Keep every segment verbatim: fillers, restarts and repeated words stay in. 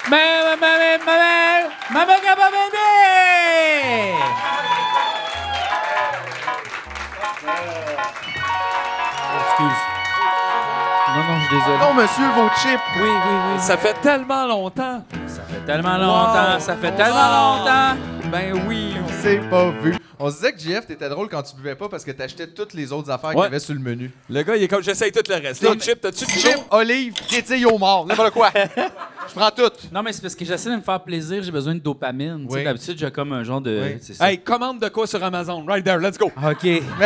Maman, maman, maman, maman, maman, bébé! Excuse. Non, non, je suis désolé. Non, monsieur, vos chips. Oui, oui, oui. Ça fait tellement longtemps. Ça fait tellement longtemps, Wow. ça fait tellement longtemps. Ben oui. On s'est pas vu. On se disait que J F, t'étais drôle quand tu buvais pas parce que t'achetais toutes les autres affaires qu'il y Ouais. avait sur le menu. Le gars, il est comme j'essaye tout le reste. Non, Les mais- chips, t'as-tu du Chips, olives, frétilles au mort, n'importe quoi. Je prends tout. Non, mais c'est parce que j'essaie de me faire plaisir, j'ai besoin de dopamine. Tu sais, Oui. d'habitude, j'ai comme un genre de. Oui. C'est ça. Hey, commande de quoi sur Amazon? Right there, let's go. OK.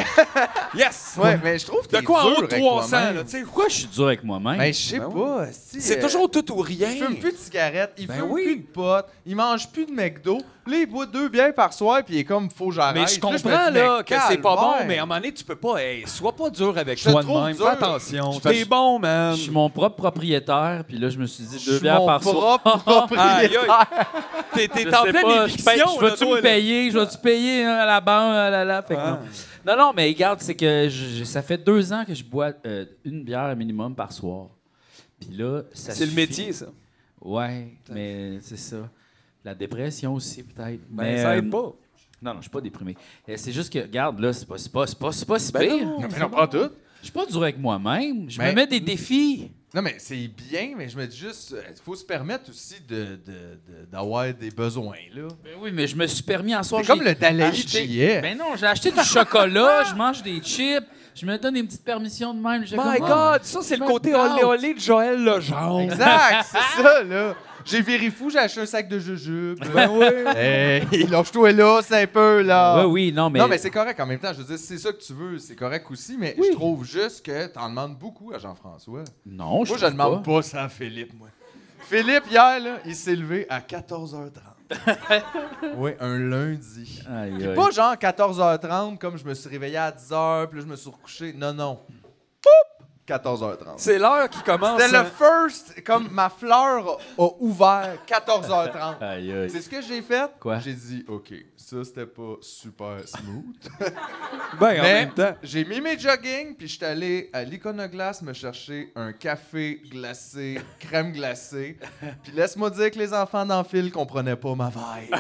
Ah, Yes! Ouais, mais je trouve que De t'es quoi en dur haut de avec trois cents, toi-même. là, tu sais? Pourquoi je suis dur avec moi-même? Ben, je sais Ben pas. si, C'est euh, toujours tout ou rien. Il fume plus de cigarettes, il Ben fume oui. plus de potes, il mange plus de McDo. Là, il boit deux bières par soir, puis il est comme, faut que j'arrête. Mais je Là, comprends me dis, là, mais que c'est pas bon, calvaire. mais à un moment donné, tu peux pas. Hey, sois pas dur avec Je te toi de trouve même. dur. Fais attention. Je te- T'es bon, man. Je suis mon propre propriétaire, puis là, je me suis dit Je deux suis bières mon par soir. propre Aïe, propriétaire. T'es t'es Je en sais pleine pas, je, paye- éviction. je là, vais-tu toi, me là. payer? Je vais-tu payer hein, à la banque? Ah là, là, fait que Ah. non. non, non, mais regarde, c'est que je- ça fait deux ans que je bois euh, une bière minimum par soir. Puis là, ça C'est le suffit. métier, ça. Ouais, mais c'est ça. La dépression aussi, peut-être. Ben, mais ça euh, aide pas. Non, non, je suis pas déprimé. Euh, C'est juste que, regarde, là, c'est pas, c'est pas, c'est pas, c'est pas si Ben pire. non. Mais on prend tout. Je suis pas dur avec moi-même. Je Mais- me mets des défis. Non, mais c'est bien, mais je me dis juste, il faut se permettre aussi de, de- de- d'avoir des besoins, là. Ben oui, mais je me suis permis en soir. C'est comme j'ai le Dalaï acheté- J F. Ben non, j'ai acheté du chocolat, je mange des chips, je me donne des petites permissions de même. J'ai My comme, God, ça, c'est le me côté doubt. olé olé de Joël Legendre. Exact, c'est ça, là. J'ai viré fou, j'ai acheté un sac de jujubes. Ben oui. Hey, lâche-toi là, c'est un peu, là. Oui, oui, non, mais. Non, mais c'est correct en même temps. Je veux dire, si c'est ça que tu veux, c'est correct aussi, mais Oui. je trouve juste que t'en demandes beaucoup à Jean-François. Non, je Moi, je trouve demande pas. pas ça à Philippe, moi. Philippe, hier, là, il s'est levé à quatorze heures trente. Oui, un lundi. Aïe, Puis aïe. pas genre quatorze heures trente, comme je me suis réveillé à dix heures, puis là, je me suis recouché. Non, non. Poup! quatorze heures trente. C'est l'heure qui commence. C'était le hein. first, comme ma fleur a, a ouvert quatorze heures trente. Aïe, aïe. C'est ce que j'ai fait? Quoi? J'ai dit, OK, ça, c'était pas super smooth. Ben, en Mais même temps. j'ai mis mes jogging, puis j'étais allé à l'Iconoclaste me chercher un café glacé, crème glacée. Puis laisse-moi dire que les enfants dans le fil comprenaient pas ma vibe.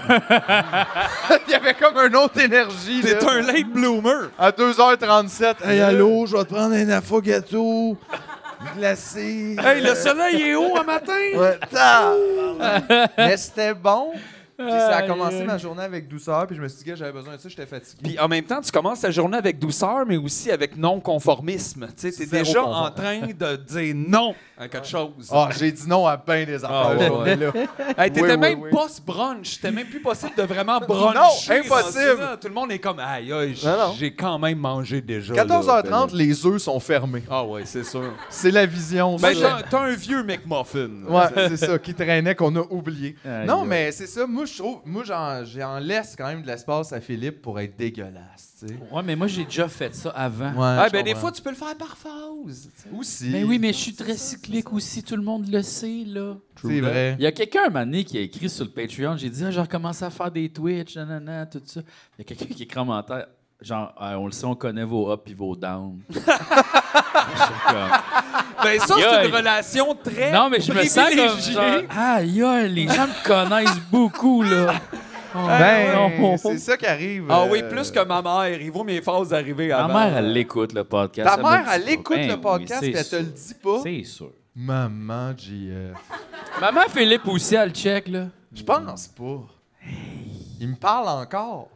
Il y avait comme une autre énergie. T'es là. un late bloomer. À deux heures trente-sept, hey, allô, je vais te prendre un affogato glacé. Hey, le soleil est haut un matin. Ouais, ta- Mais c'était bon. Puis ça a Aïe, commencé aïe. ma journée avec douceur, puis je me suis dit que j'avais besoin de ça, j'étais fatigué. Puis en même temps, tu commences ta journée avec douceur, mais aussi avec non-conformisme. Tu sais, t'es Zéro déjà confort. en train de dire non à quelque chose. Ah, j'ai dit non à bien des affaires Ah, ouais, aujourd'hui, là. Hey, t'étais Oui, oui, même oui. post-brunch. C'était même plus possible de vraiment bruncher. Non, impossible. dans ça. Tout le monde est comme, aïe, aïe, j- Non, non. j'ai quand même mangé déjà. quatorze heures trente, là. les œufs sont fermés. Ah ouais, c'est sûr. C'est la vision. Ben, ça. t'as, t'as un vieux McMuffin. Ouais, c'est ça, qui traînait, qu'on a oublié. Aïe, non, aïe. mais c'est ça, moi, je trouve, moi, j'en, j'en laisse quand même de l'espace à Philippe pour être dégueulasse, tu sais. Ouais, mais moi, j'ai déjà fait ça avant. Ouais, Ah, je ben, des comprends. fois, tu peux le faire par phase. tu sais. Aussi. Mais oui, mais je suis très cyclique aussi, tout le monde le sait, là. C'est vrai. Il y a quelqu'un un moment donné qui a écrit sur le Patreon, j'ai dit, ah, j'ai recommencé à faire des Twitch, nanana, tout ça. Il y a quelqu'un qui écrit en commentaire, genre, ah, on le sait, on connaît vos ups et vos downs. J'étais comme, Ben, ça, c'est Aïe. une relation très. non, mais je me sens comme privilégiée. genre, aïe, aïe, les gens me connaissent beaucoup, là. Oh, Ben, non. c'est ça qui arrive. Ah oui, euh, plus que ma mère. Il vaut mes phases arriver Ma avant. mère, elle l'écoute, le podcast. Ta elle me mère, dit elle pas. écoute Ben le oui, podcast, c'est puis elle te sûr. le dit pas. C'est sûr. Maman J F. Maman Philippe aussi, elle check, là. Je pense pas. Il me parle encore.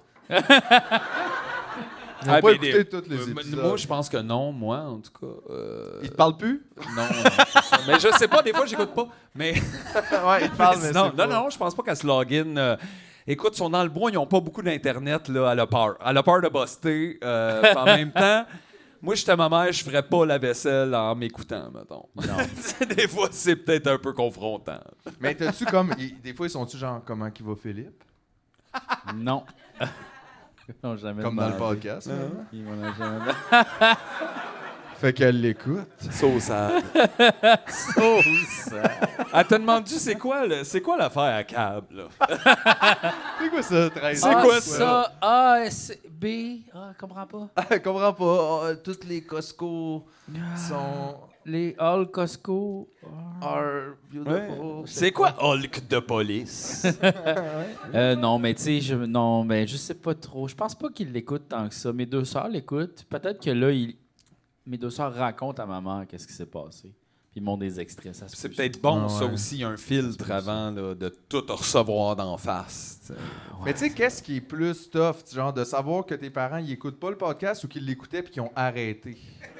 Il n'a Ah, pas ben, écouté des- tous les Euh, épisodes. Moi, je pense que non, moi, en tout cas. euh, Il te parle plus? Non, non, c'est ça. Mais je sais pas, des fois, j'écoute pas. Mais. Ouais, il te parle, mais non, c'est non, pas. non, je pense pas qu'elle se login. euh, Écoute, ils sont dans le bois, ils n'ont pas beaucoup d'Internet, là, elle a peur. Elle a peur de buster. euh, puis en même temps, moi, j'étais ma mère, je ferais pas la vaisselle en m'écoutant, mettons. Non. Des fois, c'est peut-être un peu confrontant. Mais t'as-tu comme... ils- des fois, ils sont-tu genre, comment qu'il va Philippe? Non. non, jamais Comme dans le demandé. podcast. là. Il m'en a jamais demandé. Fait qu'elle l'écoute. Sauçade. Sauce. Elle t'a demandé c'est quoi, le- c'est quoi l'affaire à câble, là? C'est quoi ça, treize C'est Ah, quoi ça? A, S, B. Ah, je comprends pas. Je comprends pas. Ah, toutes les Costco sont... les All Costco are beautiful. C'est quoi Hulk de police? Euh, non, mais tu sais, je, non, mais je sais pas trop. Je pense pas qu'ils l'écoutent tant que ça. Mes deux sœurs l'écoutent. Peut-être que là, il- mes deux sœurs racontent à ma mère qu'est-ce qui s'est passé. Puis ils montrent des extraits. Ça se C'est peut, peut-être bon, Ah ça ouais. aussi, un filtre avant là, de tout recevoir d'en face. t'sais. Mais tu sais, qu'est-ce qui est plus tough, genre de savoir que tes parents ils écoutent pas le podcast ou qu'ils l'écoutaient puis qu'ils ont arrêté?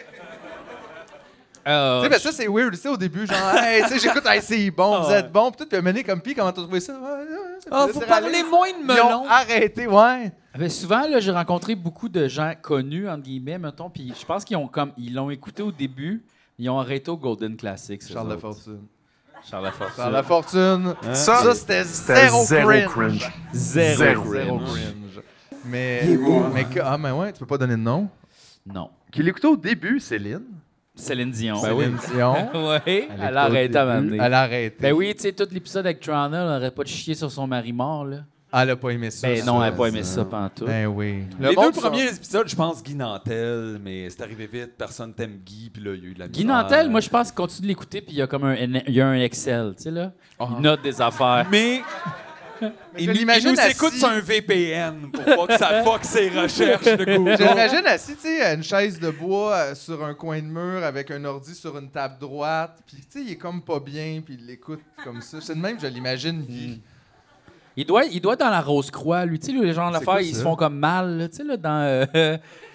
Euh, Tu sais, ben ça c'est weird, tu sais, au début, genre, hey, tu sais, j'écoute, hey, c'est bon, Ah vous ouais. êtes bon, puis tout, puis à un moment donné, comme pis, comment t'as trouvé ça? Ouais, ouais, ça Ah, fait vous laisser parlez aller. moins de Ils melon. ont arrêté, ouais. ben, souvent, là, j'ai rencontré beaucoup de gens connus, entre guillemets, mettons, puis je pense qu'ils ont comme ils l'ont écouté au début, ils ont arrêté au Golden Classics. eux Charles autres. Lafortune. Charles Lafortune. Charles Lafortune. Ça, Ça, c'était c'était zéro, zéro cringe. cringe. Zéro. Zéro. Zéro cringe. cringe. Mais, mais que- ah, mais ouais, tu peux pas donner de nom. Non. Qui l'écoutait au début, Céline. Céline Dion. Ben Céline Dion. oui. Elle a arrêté à m'amener. Elle a arrêté. Ben oui, tu sais, tout l'épisode avec Trana, elle n'aurait pas de chier sur son mari mort, là. Elle a pas aimé ça. Ben non, elle n'a pas aimé ça. ça pantoute. Ben oui. Les monde deux sont- premiers épisodes, je pense Guy Nantel, mais c'est arrivé vite, personne t'aime Guy, puis là, il y a eu de la Guy misère. Nantel, moi, je pense qu'il continue de l'écouter, puis il y a comme un, il y a un Excel, tu sais, là. Ah. Il note des affaires. Mais. je Il, nous- il l'imagine nous écoute assis. sur un V P N pour pas que ça fuck ses recherches de Google. J'imagine assis, tu sais, à une chaise de bois euh, sur un coin de mur avec un ordi sur une table droite. Puis, tu sais, il est comme pas bien, puis il l'écoute comme ça. C'est de même que je l'imagine, Guy. Il doit, il doit être dans la Rose-Croix, lui. Tu sais, les gens de C'est l'affaire, quoi ils ça? se font comme mal, là, tu sais, là, dans... euh, euh,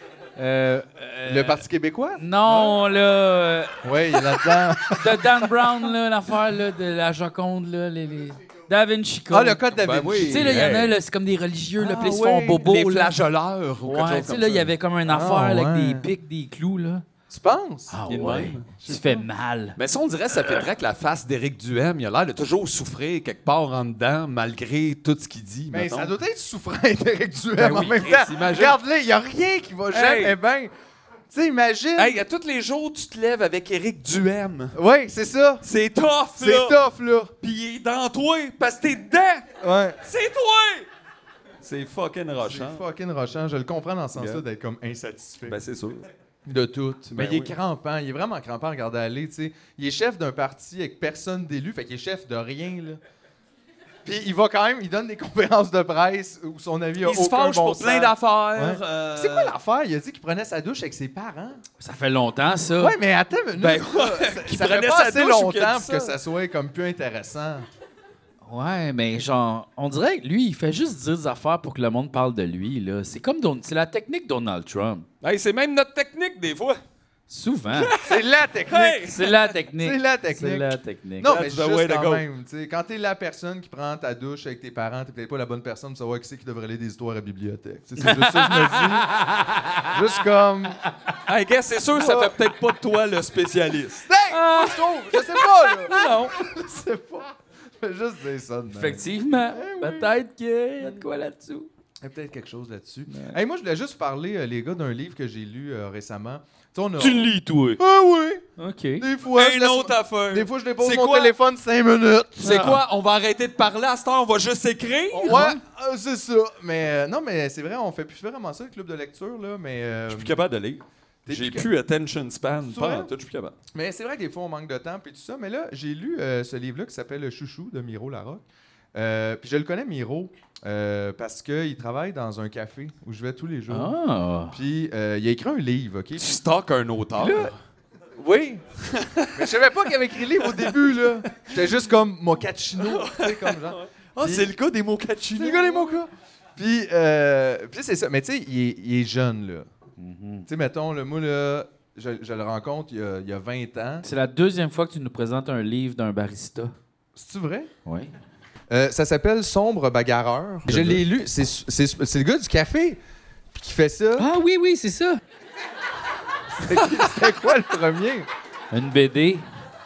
euh, Le Parti québécois? Non, là... euh, Oui, il est là-dedans. de Dan Brown, là, l'affaire, là, de la Joconde, là, les... les... Da Vinci Code. Ah, le code Da Ben Vinci. oui. Tu sais, là, il y en a, Hey. là, c'est comme des religieux, là, Ah, puis ils se ouais. font bobo, Les là. flageoleurs ou quelque Ouais, chose tu sais, comme là, ça. il y avait comme une affaire Ah, là, avec ouais. des pics, des clous, là. Tu penses? Ah Il est de ouais. même. Tu fais mal. Mais ça, on dirait, ça fait vrai que la face d'Éric Duhem, il a l'air de toujours souffrir quelque part en dedans, malgré tout ce qu'il dit. Mais mettons. ça doit être souffrant d'Éric Duhem Ben en oui, même Chris, temps. imagine. Regarde-le, il n'y a rien qui va jamais Hey. bien. Tu sais, imagine. Hey, à tous les jours, tu te lèves avec Éric Duhem. Oui, c'est ça. C'est tough, C'est là. tough, là. Puis il est dans toi, parce que t'es dedans. Ouais. C'est toi. C'est fucking C'est rochant. fucking rochant. Je le comprends dans ce sens-là Yeah. d'être comme insatisfait. Ben, c'est sûr. de tout. Mais Ben il est oui. crampant. Il est vraiment crampant à regarder aller, tu sais. Il est chef d'un parti avec personne d'élu, fait qu'il est chef de rien, là. Puis il va quand même, il donne des conférences de presse où son avis a Il se aucun fâche bon pour plein sens. d'affaires. Ouais. euh, C'est quoi l'affaire? Il a dit qu'il prenait sa douche avec ses parents. Ça fait longtemps, ça. Ouais, mais attends une minute. Ben là. ça, qu'il ça fait prenait pas sa assez douche ou qu'il a longtemps dit pour que ça. ça soit comme plus intéressant. Ouais, mais genre, on dirait que lui, il fait juste dire des affaires pour que le monde parle de lui, là. C'est comme, Don- c'est la technique Donald Trump. Hey, c'est même notre technique, des fois. Souvent. C'est la technique. Hey! C'est la technique. C'est la C'est technique. la technique. Non, mais That's the way juste to quand go. même. tu sais, Quand t'es la personne qui prend ta douche avec tes parents, t'es peut-être pas la bonne personne pour savoir qui c'est qui devrait lire des histoires à la bibliothèque. Tu sais, C'est juste ça que je me dis. Juste comme... Hey, gars, c'est sûr, ça fait peut-être pas de toi le spécialiste. Hey! Moi, je trouve! Je sais pas, là! Non. Je sais pas. Je vais juste dire ça de même. Effectivement. Eh oui. Peut-être qu'il y a de quoi là-dessous. Il y a peut-être quelque chose là-dessus. Hey, moi, je voulais juste vous parler, euh, les gars, d'un livre que j'ai lu euh, récemment. Tu sais, on a... lis, toi. Ah oui! OK. Des fois, je Une laisse- autre affaire. Des fois, je dépose C'est mon quoi? téléphone cinq minutes. C'est Ah. quoi? On va arrêter de parler à cette heure, on va juste écrire? Ouais, euh, c'est ça. Mais euh, non, mais c'est vrai, on fait plus vraiment ça, le club de lecture, là. Mais, euh, Je suis plus capable de lire. T'es J'ai plus plus attention span. C'est Pas vrai? en tout, je suis plus capable. mais c'est vrai que des fois, on manque de temps, puis tout ça. Mais là, j'ai lu euh, ce livre-là qui s'appelle Le Chouchou de Miro Larocque. Euh, puis je le connais, Miro, euh, parce qu'il travaille dans un café où je vais tous les jours. Ah. Puis euh, il a écrit un livre, OK? Tu stockes un auteur. Là, oui. Mais je savais pas qu'il avait écrit le livre au début, là. J'étais juste comme mochaccino, tu sais, comme genre. Ah, Puis- c'est le cas des mochaccino. C'est le gars des mochas. Puis, euh, puis c'est ça. Mais tu sais, il, est- il est jeune, là. Mhm. Tu sais, mettons, le moi, là, je, je le rencontre il y, a, il y a vingt ans. C'est la deuxième fois que tu nous présentes un livre d'un barista. C'est-tu vrai? Oui. Euh, ça s'appelle Sombre bagarreur. Je l'ai lu. C'est, c'est, c'est le gars du café puis qui fait ça. Ah oui, oui, c'est ça. C'était quoi le premier? Une B D.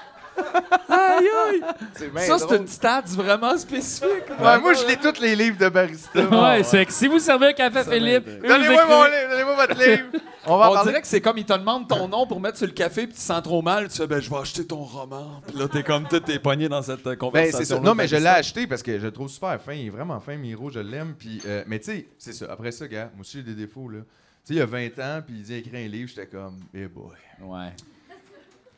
Aïe, aïe. C'est bien Ça, c'est drôle. une stat vraiment spécifique. Ouais, moi, je lis tous les livres de barista. Ouais, c'est que si vous servez un café Philippe, eux, vous Donnez-moi mon écrivez- livre, donnez-moi votre livre. On va en On parler. dirait que c'est comme ils te demandent ton nom pour mettre sur le café puis tu te sens trop mal. Tu sais, ben, je vais acheter ton roman. Puis là, t'es comme tout, t'es pogné dans cette euh, Ben, conversation. c'est ça. Non, mais je l'ai acheté parce que je le trouve super fin. Il est vraiment fin, Miro, je l'aime. Puis, euh, mais tu sais, c'est ça. Après ça, gars, moi aussi, j'ai des défauts, là. Tu sais, il y a vingt ans, puis il dit écrire un livre, j'étais comme, eh boy. Ouais.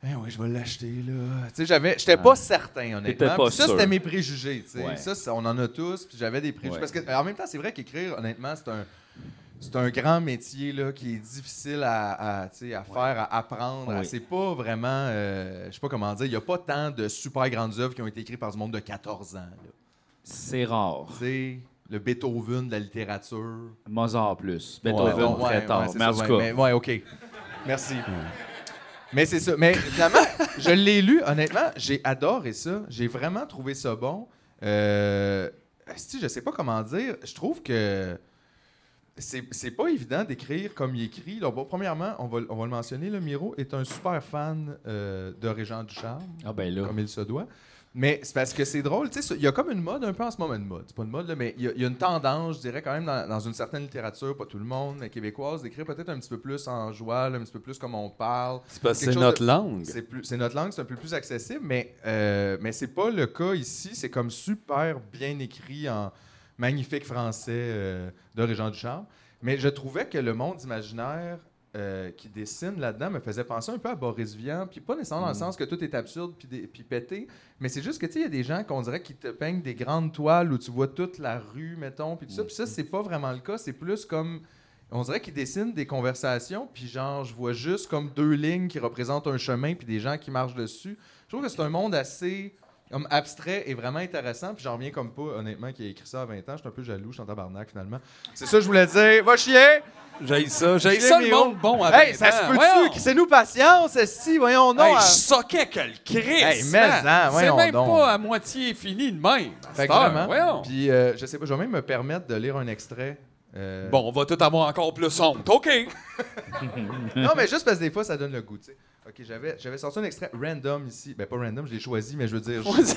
Eh oui, je vais l'acheter, là. Tu sais, j'avais, j'étais pas certain, honnêtement. T'étais pas Puis ça, sûr. c'était mes préjugés, tu sais. Ouais. Ça, ça, on en a tous, puis j'avais des préjugés. Ouais. Parce que, en même temps, c'est vrai qu'écrire, honnêtement, c'est un, c'est un grand métier, là, qui est difficile à, à, tu sais, à faire, à apprendre. à- Oui. C'est pas vraiment, euh, je sais pas comment dire, il y a pas tant de super grandes œuvres qui ont été écrites par du monde de quatorze ans, là. C'est rare. Tu sais, le Beethoven de la littérature. Mozart plus. Beethoven, Ouais, ouais, très ouais, tard. c'est mais en ça, tout ouais, cas, mais- ouais, OK. Merci. Mais c'est ça. Mais finalement, je l'ai lu, honnêtement, j'ai adoré ça. J'ai vraiment trouvé ça bon. Euh, asti, je sais pas comment dire. Je trouve que c'est, c'est pas évident d'écrire comme il écrit. Là, bon, premièrement, on va, on va le mentionner, le Miro est un super fan euh, de Régent Ducharme, ah ben là. comme il se doit. Mais c'est parce que c'est drôle, tu sais, il y a comme une mode un peu en ce moment, une mode, c'est pas une mode, là, mais il y, a- il y a une tendance, je dirais quand même, dans, dans une certaine littérature, pas tout le monde, mais québécoise, d'écrire peut-être un petit peu plus en joie, là, un petit peu plus comme on parle. C'est parce que Quelque c'est chose notre de- langue. C'est, plus, c'est notre langue, c'est un peu plus accessible, mais, euh, mais c'est pas le cas ici. C'est comme super bien écrit en magnifique français euh, de Régent Ducharme. Mais je trouvais que le monde imaginaire euh, qui dessine là-dedans me faisait penser un peu à Boris Vian, puis pas nécessairement dans le sens que tout est absurde puis, des- puis pété, mais c'est juste que, tu sais, il y a des gens qu'on dirait qui te peignent des grandes toiles où tu vois toute la rue, mettons, puis tout ça. Puis ça, c'est pas vraiment le cas. C'est plus comme... On dirait qu'ils dessinent des conversations, puis genre, je vois juste comme deux lignes qui représentent un chemin, puis des gens qui marchent dessus. Je trouve que c'est un monde assez comme abstrait et vraiment intéressant, puis j'en reviens comme pas, honnêtement, qui a écrit ça à vingt ans. Je suis un peu jaloux, je suis en tabarnak, finalement. C'est ça que je voulais dire. Va chier! J'ai ça. J'ai Chier, ça, le Miro. monde bon à Hey, vingt ça se ans. peut-tu? Voyons. C'est nous patience, si, voyons, non. Hey, hein. je soquais que le Christ. Hey, mais man. en, C'est voyons même donc. pas à moitié fini de même. Fait que Ah, vraiment. voyons. Puis, euh, je sais pas, je vais même me permettre de lire un extrait. euh, Bon, on va tout avoir encore plus honte. OK. Non, mais juste parce que des fois, ça donne le goût, tu sais. OK, j'avais, j'avais sorti un extrait random ici. Ben, pas random, je l'ai choisi, mais je veux dire...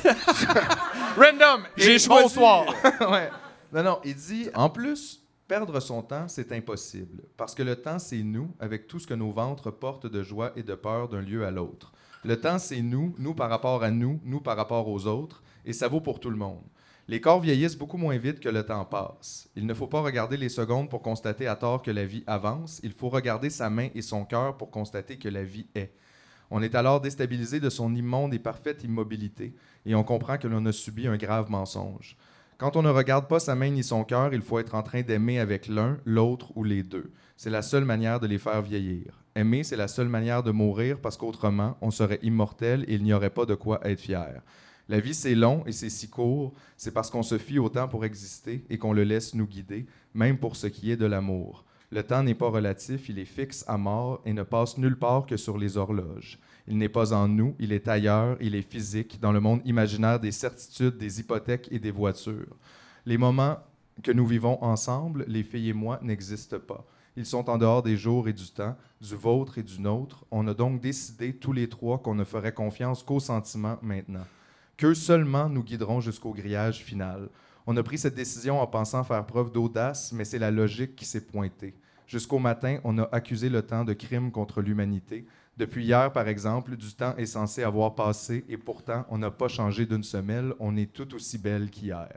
Random! J'ai Et choisi. bonsoir! Ouais. Non, non, il dit... En plus, perdre son temps, c'est impossible. Parce que le temps, c'est nous, avec tout ce que nos ventres portent de joie et de peur d'un lieu à l'autre. Le temps, c'est nous, nous par rapport à nous, nous par rapport aux autres, et ça vaut pour tout le monde. Les corps vieillissent beaucoup moins vite que le temps passe. Il ne faut pas regarder les secondes pour constater à tort que la vie avance. Il faut regarder sa main et son cœur pour constater que la vie est. On est alors déstabilisé de son immonde et parfaite immobilité, et on comprend que l'on a subi un grave mensonge. Quand on ne regarde pas sa main ni son cœur, il faut être en train d'aimer avec l'un, l'autre ou les deux. C'est la seule manière de les faire vieillir. Aimer, c'est la seule manière de mourir parce qu'autrement, on serait immortel et il n'y aurait pas de quoi être fier. La vie, c'est long et c'est si court, c'est parce qu'on se fie au temps pour exister et qu'on le laisse nous guider, même pour ce qui est de l'amour. Le temps n'est pas relatif, il est fixe à mort et ne passe nulle part que sur les horloges. Il n'est pas en nous, il est ailleurs, il est physique, dans le monde imaginaire des certitudes, des hypothèques et des voitures. Les moments que nous vivons ensemble, les filles et moi, n'existent pas. Ils sont en dehors des jours et du temps, du vôtre et du nôtre. On a donc décidé tous les trois qu'on ne ferait confiance qu'aux sentiments maintenant. Qu'eux seulement nous guideront jusqu'au grillage final. On a pris cette décision en pensant faire preuve d'audace, mais c'est la logique qui s'est pointée. Jusqu'au matin, on a accusé le temps de crime contre l'humanité. Depuis hier, par exemple, du temps est censé avoir passé et pourtant, on n'a pas changé d'une semelle. On est tout aussi belle qu'hier.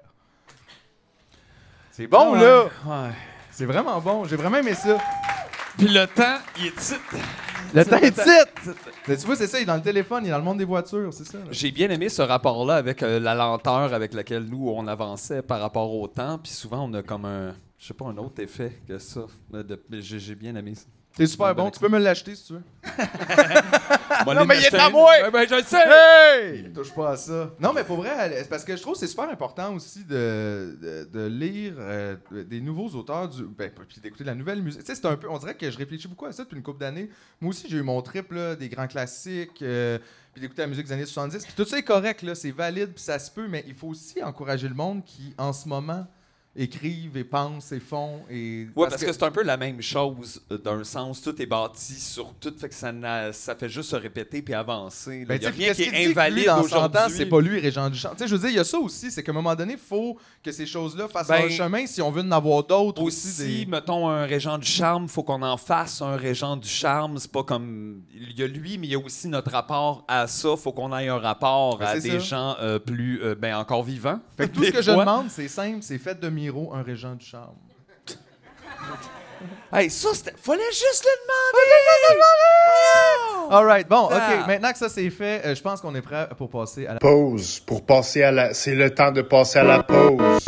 C'est bon, Ouais, là! Ouais. C'est vraiment bon. J'ai vraiment aimé ça. Puis le temps, il est titre. Le temps est titre! Mais tu vois, c'est ça. Il est dans le téléphone, il est dans le monde des voitures, c'est ça. là. J'ai bien aimé ce rapport-là avec euh, la lenteur avec laquelle nous, on avançait par rapport au temps. Puis souvent, on a comme un, je sais pas, un autre effet que ça. Euh, de- J'ai j'ai bien aimé ça. C'est super bon. Tu peux me l'acheter si tu veux. Non, mais il est à moi! Ben, je le sais! Hey! Touche pas à ça. Non, mais pour vrai, elle- c'est parce que je trouve que c'est super important aussi de, de, de lire euh, des nouveaux auteurs, du, ben, puis d'écouter de la nouvelle musique. Tu sais, c'est un peu, on dirait que je réfléchis beaucoup à ça depuis une couple d'années. Moi aussi, j'ai eu mon trip là, des grands classiques, euh, puis d'écouter la musique des années soixante-dix. Puis tout ça est correct, là, c'est valide, puis ça se peut, mais il faut aussi encourager le monde qui, en ce moment, écrivent et pensent et font. Et... Oui, parce, que, c'est un peu la même chose euh, d'un sens. Tout est bâti sur tout, fait que ça, n'a- ça fait juste se répéter puis avancer. Ben, Il n'y a tu sais, rien qu'est-ce qui qu'il est dit que lui, invalide dans cent ans, aujourd'hui. c'est pas lui, Régent Duchamp. Tu sais, je veux dire, il y a ça aussi, c'est qu'à un moment donné, il faut que ces choses-là fassent Ben, leur chemin si on veut en avoir d'autres aussi. Aussi, des- mettons, un régent du charme, faut qu'on en fasse un régent du charme. C'est pas comme... Il y a lui, mais il y a aussi notre rapport à ça. Faut qu'on ait un rapport Ben, à c'est des ça. gens euh, plus... euh, ben, encore vivants. Fait que tout Des ce que je fois. demande, c'est simple, c'est faites de Miro un Régent Ducharme. Hey, ça, c'était... Fallait juste le demander! All right, bon, Ah. OK. Maintenant que ça c'est fait, euh, je pense qu'on est prêt pour passer à la... Pause. Pour passer à la... C'est le temps de passer à la pause.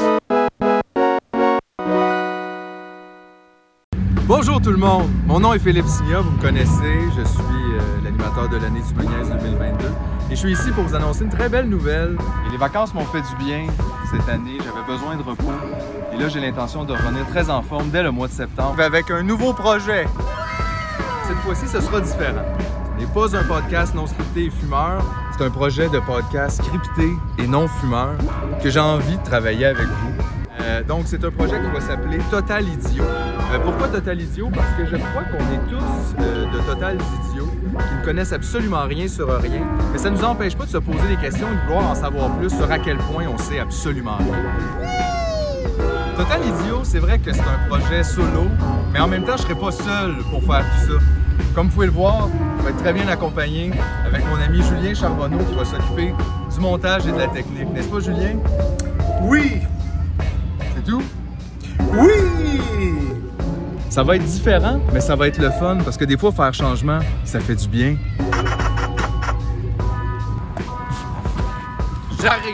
Bonjour tout le monde, mon nom est Philippe Signa, vous me connaissez, je suis euh, l'animateur de l'année du Moniaise deux mille vingt-deux et je suis ici pour vous annoncer une très belle nouvelle. Et les vacances m'ont fait du bien cette année, j'avais besoin de repos et là j'ai l'intention de revenir très en forme dès le mois de septembre avec un nouveau projet. Cette fois-ci ce sera différent. Ce n'est pas un podcast non scripté et fumeur, c'est un projet de podcast scripté et non fumeur que j'ai envie de travailler avec vous. Euh, donc, c'est un projet qui va s'appeler Total Idiot. Euh, pourquoi Total Idiot? Parce que je crois qu'on est tous euh, de Total Idiots qui ne connaissent absolument rien sur rien, mais ça ne nous empêche pas de se poser des questions et de vouloir en savoir plus sur à quel point on sait absolument rien. Total Idiot, c'est vrai que c'est un projet solo, mais en même temps, je ne serai pas seul pour faire tout ça. Comme vous pouvez le voir, je vais être très bien accompagné avec mon ami Julien Charbonneau qui va s'occuper du montage et de la technique. N'est-ce pas, Julien? Oui! C'est tout? Oui! Ça va être différent, mais ça va être le fun parce que des fois, faire changement, ça fait du bien. J'arrive!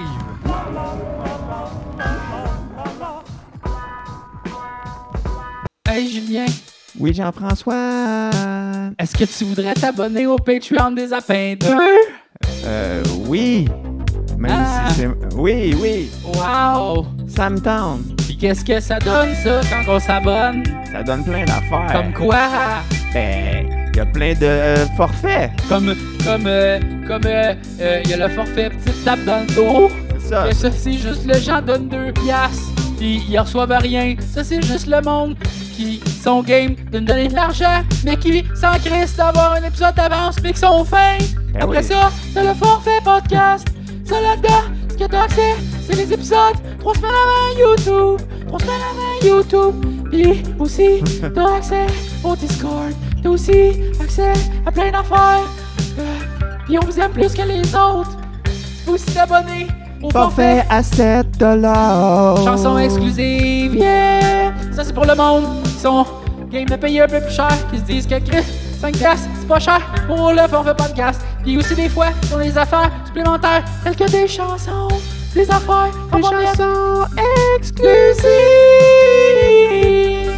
Hey Julien, Oui, Jean-François. est-ce que tu voudrais t'abonner au Patreon des Apins deux? Euh, oui. Même Ah. si c'est... Oui, oui. Wow! Ça me tente. Puis qu'est-ce que ça donne, ça, quand on s'abonne? Ça donne plein d'affaires. Comme quoi? Ben, il y a plein de euh, forfaits. Comme, comme, euh, comme, euh, euh, y a le forfait petite tape dans le dos. C'est ça. Que ça, c'est juste le gens donnent deux piastres. Puis ils reçoivent rien. Ça, c'est juste le monde qui sont game de nous donner de l'argent, mais qui s'en crissent d'avoir un épisode d'avance, mais qui sont fins. Ben Après oui. ça, t'as le forfait podcast. Ça, là-dedans, ce que t'as accès, c'est les épisodes trois semaines avant YouTube. Trois semaines avant YouTube. Puis aussi, t'as accès au Discord. T'as aussi accès à plein d'affaires. Euh, Puis on vous aime plus que les autres. Tu peux aussi t'abonner au Forfait forfait. à sept dollars. Chanson exclusive, yeah! Ça, c'est pour le monde qui sont game de payer un peu plus cher, qui se disent que Chris, cinq piastres, c'est pas cher pour le forfait podcast. Puis aussi, des fois, sur les affaires supplémentaires, telles que des chansons, des affaires, Des on va mettre chansons exclusives.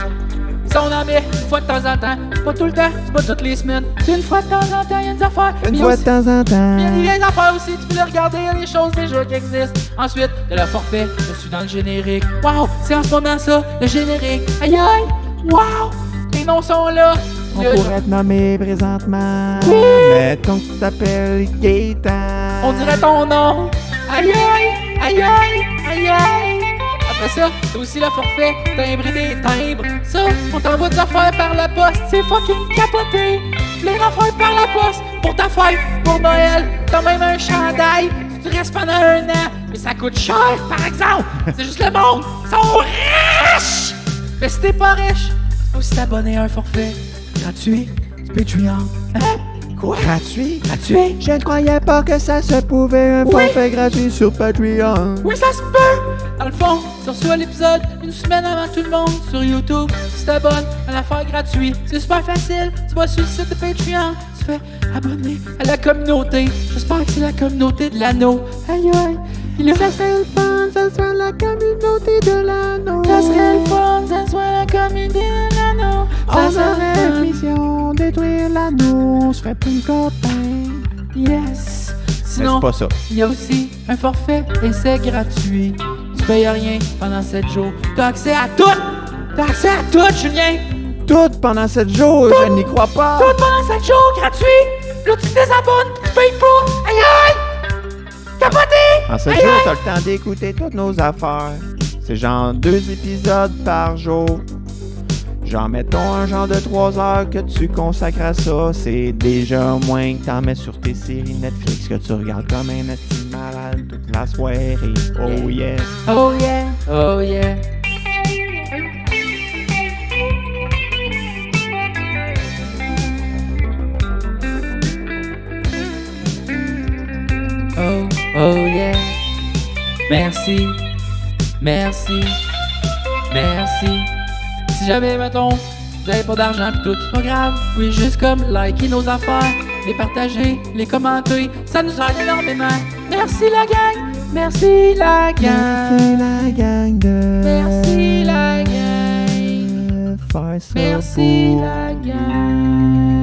Ça, on en met une fois de temps en temps. C'est pas tout le temps, c'est pas toutes les semaines. C'est une fois de temps en temps, il y a des affaires. Une Mais fois aussi- de temps en temps. il y a des vieilles affaires aussi, tu peux les regarder, il y a des choses déjà qui existent. Ensuite, de le forfait, je suis dans le générique. Wow, c'est en ce moment ça, le générique. Aïe aïe, wow, les noms sont là. On Le- pourrait te nommer présentement. Oui. Mettons que tu t'appelles Gaëtan. On dirait ton nom. Aïe aïe, aïe aïe, aïe aïe. Après ça, t'as aussi le forfait, timbré des timbres. Ça, on t'envoie des affaires par la poste, c'est fucking capoté. Plein d'affaires par la poste, pour ta fête, pour Noël. T'as même un chandail, si tu restes pendant un an. Mais ça coûte cher, par exemple. C'est juste le monde, ils sont riches. Mais si t'es pas riche, tu peux aussi t'abonner à un forfait gratuit du Patreon. Hein? Quoi? Gratuit? Gratuit? Je ne croyais pas que ça se pouvait, un Oui. forfait gratuit sur Patreon. Oui, ça se peut! Dans le fond, tu reçois l'épisode une semaine avant tout le monde sur YouTube. Tu t'abonnes à l'affaire gratuite. C'est super facile. Tu vas sur le site de Patreon. Tu fais abonner à la communauté. J'espère que c'est la communauté de l'anneau. Aïe aïe. Puis là, ça serait le fun, ça serait la communauté de l'anneau. Ça serait le fun, ça serait la communauté de l'anneau. Ça On serait aurait le fun. mission détruire l'anneau, on serait plus copains. Yes. Mais Sinon, c'est pas ça. il y a aussi un forfait et c'est gratuit. Tu payes rien pendant sept jours. T'as accès à tout! T'as accès à tout, Julien! Tout pendant sept jours, je n'y crois pas. Tout pendant sept jours, gratuit! Là, tu te désabonnes, tu payes pas! Aïe aïe! Capoté! En sept Aïe, jours, aïe! t'as le temps d'écouter toutes nos affaires. C'est genre deux épisodes par jour. Genre, mettons un genre de trois heures que tu consacres à ça. C'est déjà moins que t'en mets sur tes séries Netflix que tu regardes comme un esti malade toute la soirée. Oh yeah. Oh yeah! Oh yeah! Oh, oh yeah! Merci, merci, merci. si jamais, mettons, vous avez pas d'argent pis tout, c'est pas grave. Vous pouvez juste comme liker nos affaires, les partager, les commenter. Ça nous aide énormément. Merci la gang! Merci la gang! Merci la gang de... Merci la gang! Faire ça Merci pour- la gang!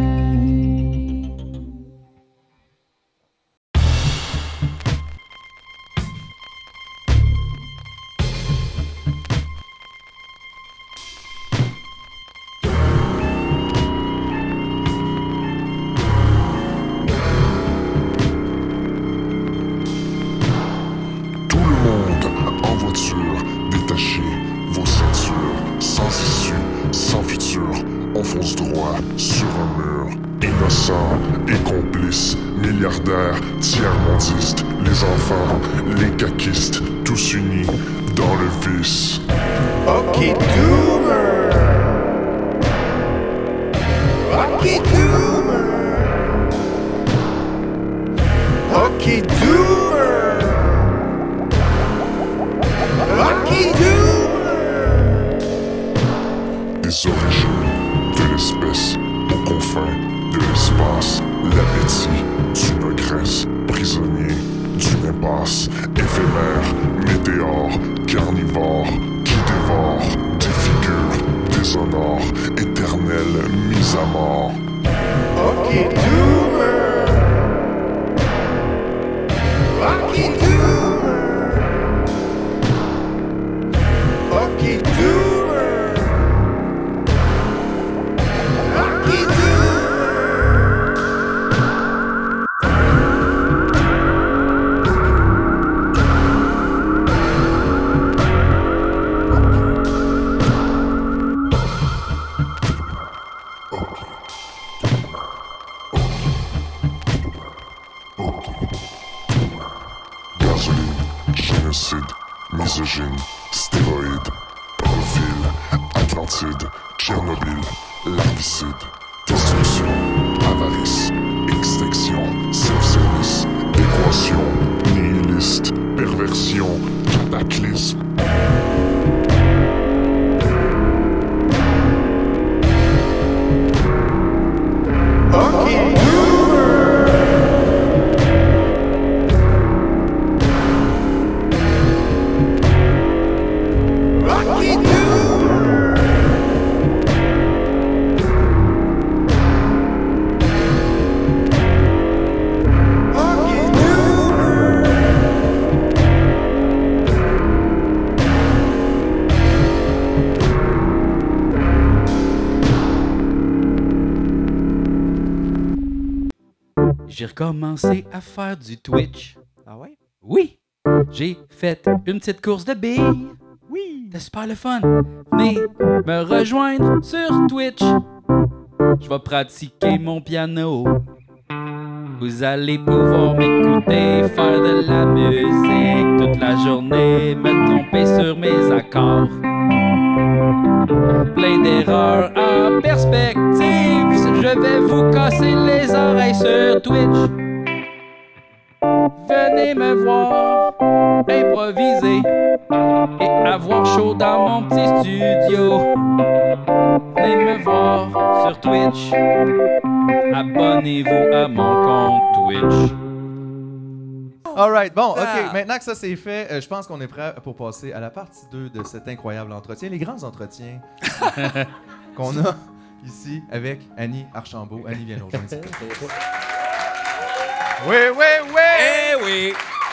Tout le monde en voiture, détachez vos ceintures, sans issue, sans futur, on fonce droit sur un mur. Innocents et complices, milliardaires, tiers-mondistes, les enfants, les caquistes, tous unis dans le vice. Ok, Doomer. Ok, Doomer. Ok, Doomer. Ok, Doomer. Des origines de l'espèce aux confins de l'espace, l'appétit d'une ogresse, prisonnier d'une impasse, éphémère, météore, carnivore, qui dévore, défigure, déshonore, éternelle mise à mort. Ok, Doomer. Ok, Doomer. Ok, Doomer. Ok, Doomer. Gasoline, génocide, misogyne, stéroïdes, profil, Atlantide, Tchernobyl, larvicide, destruction, avarice, extinction, self-service, équation, nihiliste, perversion, cataclysme. Ok, Doomer. Ok, Doomer. Ok, Doomer. J'ai recommencé à faire du Twitch. Ah ouais? Oui! J'ai fait une petite course de billes. Oui! C'était super le fun. Venez me rejoindre sur Twitch. Je vais pratiquer mon piano. Vous allez pouvoir m'écouter faire de la musique toute la journée, me tromper sur mes accords. Plein d'erreurs en perspective, je vais vous casser les oreilles sur Twitch. Venez me voir improviser et avoir chaud dans mon petit studio. Venez me voir sur Twitch. Abonnez-vous à mon compte Twitch. Alright, bon, Ah. OK. Maintenant que ça c'est fait, euh, je pense qu'on est prêt pour passer à la partie deux de cet incroyable entretien, les grands entretiens qu'on a ici avec Annie Archambault. Annie, viens nous rejoindre. s'il te plaît. Oui, oui, oui! Eh oui!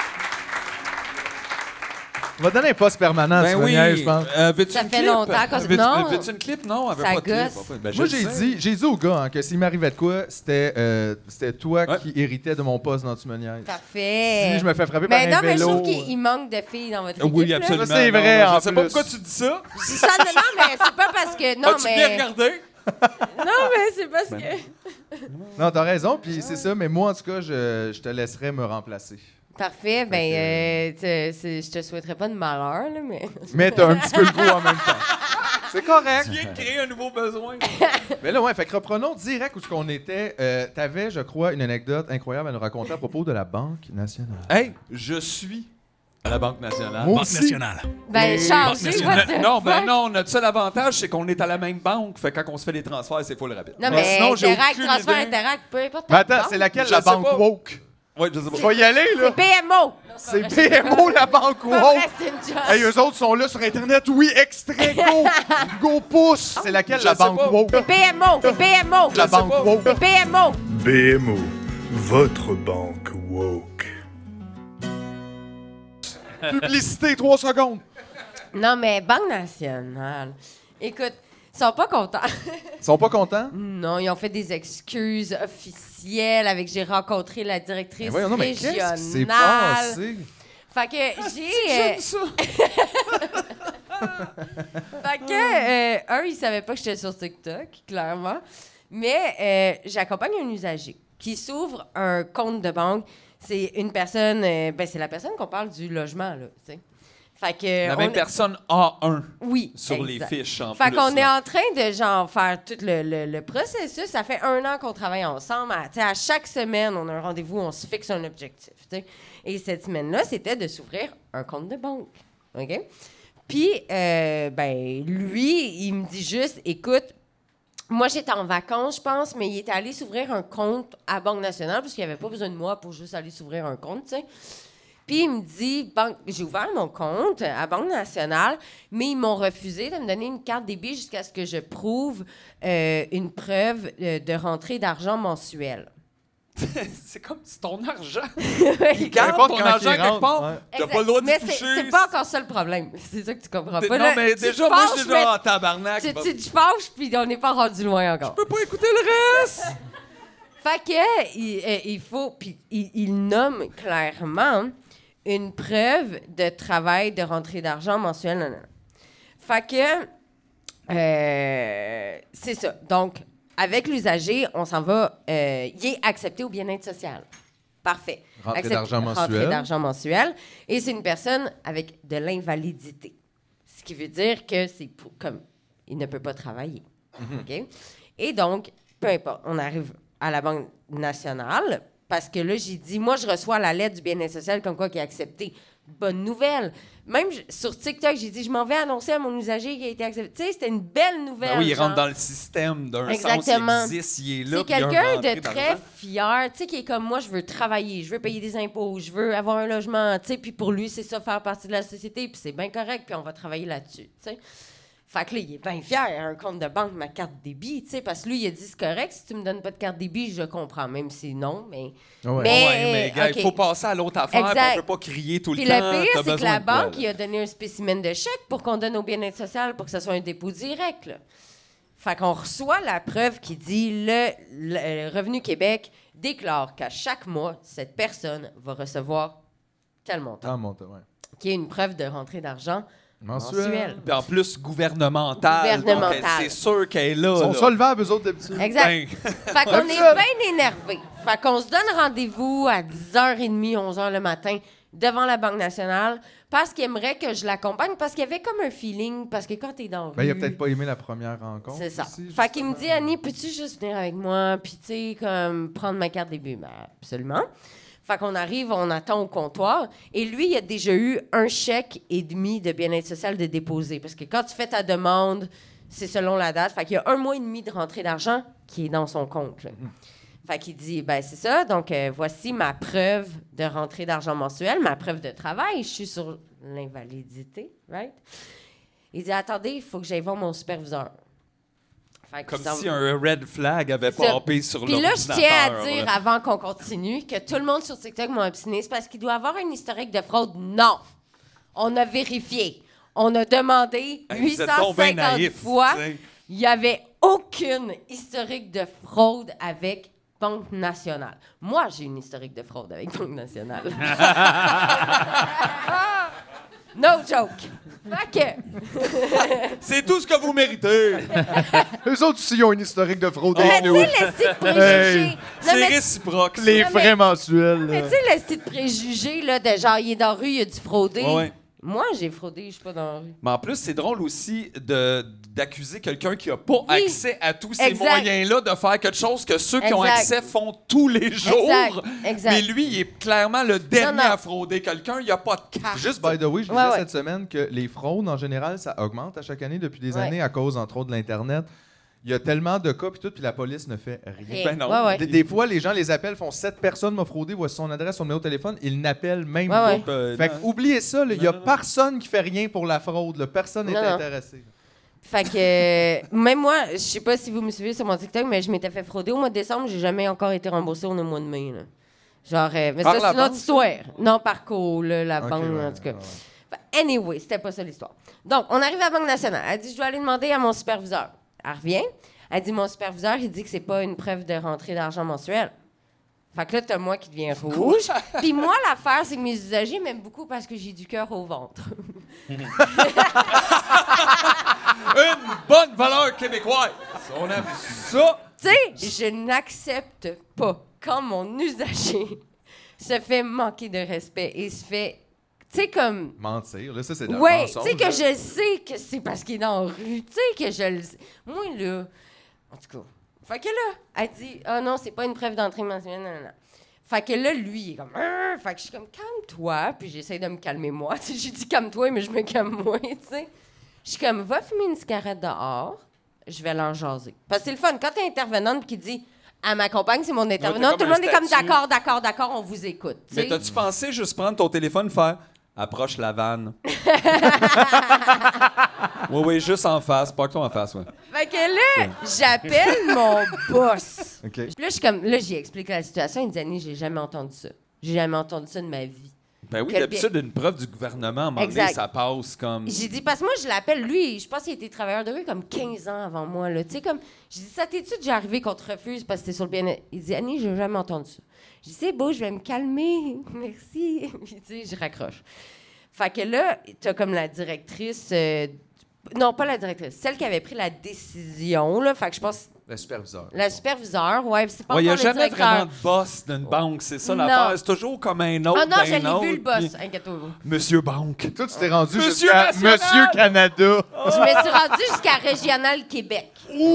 On va donner un poste permanent à Ben oui! Simonière, je pense. Euh, veux-tu Ça une fait clip? longtemps qu'on se- Veux-tu- Non. Veux-tu une clip? Non, elle veut Ça pas de clip. gosse. Ben, je Moi, le j'ai sais. dit, j'ai dit au gars hein, que s'il m'arrivait de quoi, c'était euh, c'était toi Ouais. qui héritais de mon poste dans Timonière. Parfait. Si je me fais frapper Mais par non, un mais je vélo... trouve qu'il il manque de filles dans votre équipe. Oui, là. absolument. Ça, c'est Non, vrai, non, en Je sais pas plus. pourquoi tu dis ça. Ça, non, non, mais c'est pas parce que. Non, As-tu bien mais. regardé? Non, mais c'est parce que. Non, t'as raison, puis c'est ça, mais moi, en tout cas, je, je te laisserai me remplacer. Parfait. Ben, euh, tu- c'est- je te souhaiterais pas de malheur, là, mais. Mais t'as un petit peu le goût en même temps. C'est correct. Tu viens de créer un nouveau besoin. Mais là, ouais, fait que reprenons direct où ce qu'on était. Euh, T'avais, je crois, une anecdote incroyable à nous raconter à propos de la Banque nationale. Hey, je suis À la Banque nationale. Moi Banque aussi. nationale. Ben, changez nationale. votre... Non, ben non, notre seul avantage, c'est qu'on est à la même banque. Fait que quand on se fait les transferts, c'est full rapide. Non, Ouais, mais sinon, j'ai Interact, aucune transfert idée. Interact, peu importe. Mais ta attends, banque. c'est laquelle Je la sais banque pas. woke? Ouais, je sais pas. Je vais y aller, là. P M O. C'est P M O, la banque Pas vrai, woke. c'est une joke. Hey, eux autres sont là sur Internet. Oui, extrait, go! Go pouce! C'est laquelle Je la sais banque pas. woke? P M O, P M O. La banque pas. woke. P M O. B M O, votre banque woke. Publicité, trois secondes. Non, mais Banque nationale. Écoute, ils sont pas contents. Ils sont pas contents? Non, ils ont fait des excuses officielles avec j'ai rencontré la directrice Mais voyons, non, mais qu'est-ce régionale. qui s'est passé? Fait que j'ai. euh, ça. Fait que, euh, un, il savait pas que j'étais sur TikTok, clairement. Mais euh, j'accompagne un usager qui s'ouvre un compte de banque. C'est une personne, euh, ben c'est la personne qu'on parle du logement, là, tu sais. Fait que. La on- même personne A un Oui. sur exact. les fiches, en Fait plus. qu'on est là. en train de, genre, faire tout le, le- le processus. Ça fait un an qu'on travaille ensemble. À, tu sais, à chaque semaine, on a un rendez-vous, on se fixe un objectif, tu sais. Et cette semaine-là, c'était de s'ouvrir un compte de banque, OK? Puis, euh, ben, lui, il me dit juste, écoute, moi, j'étais en vacances, je pense, mais il était allé s'ouvrir un compte à Banque nationale parce qu'il n'y avait pas besoin de moi pour juste aller s'ouvrir un compte, tu sais. Puis il me dit, banque, j'ai ouvert mon compte à Banque nationale, mais ils m'ont refusé de me donner une carte débit jusqu'à ce que je prouve euh, une preuve euh, de rentrée d'argent mensuelle. C'est comme si ton argent. Oui. Garde importe ton quand argent il quelque rentre, part. ouais. T'as Exact. pas le droit de Mais toucher. c'est c'est pas encore ça le problème. C'est ça que tu comprends T'es- pas. Non, Là, mais tu déjà, te moi, je fâches, suis mais- déjà en tabarnak. Tu, bah. tu te fâches, puis on n'est pas rendu loin encore. Je peux pas écouter le reste. Fait que, il, euh, il faut, puis il, il nomme clairement une preuve de travail de rentrée d'argent mensuelle. Non, non. Fait que, euh, c'est ça. Donc, avec l'usager, on s'en va, euh, il est accepté au bien-être social. Parfait. Rentrée Accepté- d'argent Rentrée mensuelle. d'argent mensuel. Et c'est une personne avec de l'invalidité. Ce qui veut dire que c'est pour, comme, il ne peut pas travailler. OK? Et donc, peu importe, on arrive à la Banque nationale parce que là, j'ai dit, moi, je reçois la lettre du bien-être social comme quoi qui est accepté. Bonne nouvelle. Même je- sur TikTok, j'ai dit, je m'en vais annoncer à mon usager qui a été accepté. Tu sais, c'était une belle nouvelle. Ben oui, il genre. rentre dans le système d'un sens, Exactement. il existe, il est là. C'est puis il y a une quelqu'un rentrée de très d'argent. fier, tu sais, qui est comme moi, je veux travailler, je veux payer des impôts, je veux avoir un logement, tu sais, puis pour lui, c'est ça, faire partie de la société, puis c'est bien correct, puis on va travailler là-dessus, tu sais. Fait que là, il est bien fier, un compte de banque, ma carte débit, tu sais, parce que lui, il a dit, c'est correct, si tu me donnes pas de carte débit, je comprends, même si non, mais... Ouais. Mais, Ouais, mais gars, il ok. faut passer à l'autre affaire, puis Exact. on peut pas crier tout le Puis temps. le pire, t'as c'est que besoin la de quoi, banque, là? il a donné un spécimen de chèque pour qu'on donne au bien-être social pour que ce soit un dépôt direct, là. Fait qu'on reçoit la preuve qui dit le, le Revenu Québec déclare qu'à chaque mois, cette personne va recevoir tel montant, Ah, mon Dieu, ouais. qui est une preuve de rentrée d'argent Mensuel. mensuelle. Puis en plus, gouvernemental. Gouvernemental. donc, c'est sûr qu'elle est là. Ils sont là. solvables, eux autres, d'habitude. Exact. Ben, Fait qu'on est bien énervés. Fait qu'on se donne rendez-vous à dix heures trente, onze heures le matin devant la Banque nationale parce qu'il aimerait que je l'accompagne parce qu'il y avait comme un feeling, parce que quand t'es dans la Ben, il a rue- peut-être pas aimé la première rencontre. C'est ça. aussi, Fait qu'il me justement. dit, Annie, peux-tu juste venir avec moi, puis tu sais, comme prendre ma carte début? Ben, absolument. Fait qu'on arrive, on attend au comptoir, et lui, il a déjà eu un chèque et demi de bien-être social de déposer, parce que quand tu fais ta demande, c'est selon la date. Fait qu'il y a un mois et demi de rentrée d'argent qui est dans son compte. là. Fait qu'il dit, ben c'est ça, donc euh, voici ma preuve de rentrée d'argent mensuelle, ma preuve de travail, je suis sur l'invalidité, right? Il dit, attendez, il faut que j'aille voir mon superviseur. Fait qu'il comme s'en- si un red flag avait C'est ça. popé sur Puis là, je l'ordinateur. tiens à dire, là. avant qu'on continue, que tout le monde sur TikTok m'a obstiné. C'est parce qu'il doit avoir un historique de fraude. Non! On a vérifié. On a demandé Hey, vous êtes donc bien huit cent cinquante naïf, fois. tu sais. Il n'y avait aucune historique de fraude avec Banque nationale. Moi, j'ai une historique de fraude avec Banque nationale. No joke. Fait que... C'est tout ce que vous méritez. Eux autres aussi, ils ont une historique de fraude. Mais avec tu nous. sais, le style préjugé... Hey. Non, C'est mais- réciproque. ça. Les Non, mais- frais mensuels. Mais là. tu sais, le style préjugé, là, de genre, il est dans la rue, il a dû frauder. Ouais, ouais. Moi, j'ai fraudé, je suis pas dans la rue. Mais en plus, c'est drôle aussi de, d'accuser quelqu'un qui n'a pas Oui. accès à tous ces Exact. moyens-là de faire quelque chose que ceux qui ont Exact. accès font tous les jours. Exact, exact. Mais lui, il est clairement le dernier non. à frauder quelqu'un. Il n'y a pas de carte. Juste, by the way, je disais Ouais, ouais. cette semaine que les fraudes, en général, ça augmente à chaque année depuis des Ouais. années à cause, entre autres, de l'Internet. Il y a tellement de cas, puis tout, puis la police ne fait rien. Ben non. Ouais, ouais. Des, des fois, les gens les appellent, font sept personnes m'ont fraudé, voici son adresse, son numéro de téléphone, ils n'appellent même Ouais, pas. ouais. Ben, Fait que, non. oubliez ça, il n'y a Non, non. personne qui fait rien pour la fraude. là. Personne n'est Non, non. intéressé. Fait que euh, même moi, je sais pas si vous me suivez sur mon TikTok, mais je m'étais fait frauder au mois de décembre. J'ai jamais encore été remboursée au mois de mai. Là. Genre, euh, mais Par ça, la c'est une autre banque, histoire. Non, par co, là, la Ok, banque, ouais, en tout cas. ouais, ouais. Fait, anyway, c'était pas ça l'histoire. Donc, on arrive à la Banque nationale. Elle dit, je dois aller demander à mon superviseur. Elle revient. Elle dit, mon superviseur, il dit que c'est pas une preuve de rentrée d'argent mensuelle. Fait que là, t'as moi qui deviens rouge. Puis moi, l'affaire, c'est que mes usagers m'aiment beaucoup parce que j'ai du cœur au ventre. Une bonne valeur québécoise. On aime ça. Tu sais, je n'accepte pas quand mon usager se fait manquer de respect et se fait. Tu sais, comme. Mentir, là, ça, c'est de la Ouais, tu mensonge, sais, que là. je sais que c'est parce qu'il est dans la rue. Tu sais, que je le sais. Moi, là. En tout cas. Fait que là, elle dit, ah non, c'est pas une preuve d'entrée mensuelle, non, non, non. Fait que là, lui, il est comme, Arr! Fait que je suis comme, calme-toi. Puis j'essaie de me calmer moi. Tu sais, j'ai dit, calme-toi, mais je me calme moi, tu sais. Je suis comme, va fumer une cigarette dehors. Je vais l'en jaser. Parce que c'est le fun. Quand t'es intervenante puis qui dit, à ma compagne, c'est mon intervenante, comme tout le monde un est comme, statut. d'accord, d'accord, d'accord, on vous écoute. tu Mais sais. t'as-tu pensé juste prendre ton téléphone et faire approche la vanne? Oui, oui, juste en face. Parque-toi en face, ouais. Fait que là, j'appelle mon boss. OK. Puis là, je suis comme, là, j'y explique la situation. Il dit, Annie, j'ai jamais entendu ça. J'ai jamais entendu ça de ma vie. Ben oui, Que- d'habitude, une preuve du gouvernement, à un moment donné, Exact. ça passe comme... J'ai dit, parce que moi, je l'appelle, lui, je pense qu'il était travailleur de rue comme quinze ans avant moi, là. Tu sais, comme, j'ai dit, ça t'es-tu déjà arrivé qu'on te refuse parce que t'es sur le bien. Il dit, Annie, j'ai jamais entendu ça. J'ai dit, c'est beau, je vais me calmer. Merci. Puis, tu sais, je raccroche. Fait que là, t'as comme la directrice. euh, non, pas la directrice, celle qui avait pris la décision, là. Fait que je pense. Le superviseur. La superviseure, ouais, c'est pas Il n'y a encore le jamais directeur. vraiment de boss d'une banque, c'est ça Non. l'affaire. C'est toujours comme un autre. Ah non, d'un je l'ai autre, vu, le boss, puis inquiète-toi. Monsieur Banque. Toi, tu t'es rendu Monsieur jusqu'à National! Monsieur Canada. Je me suis rendue jusqu'à Régional Québec.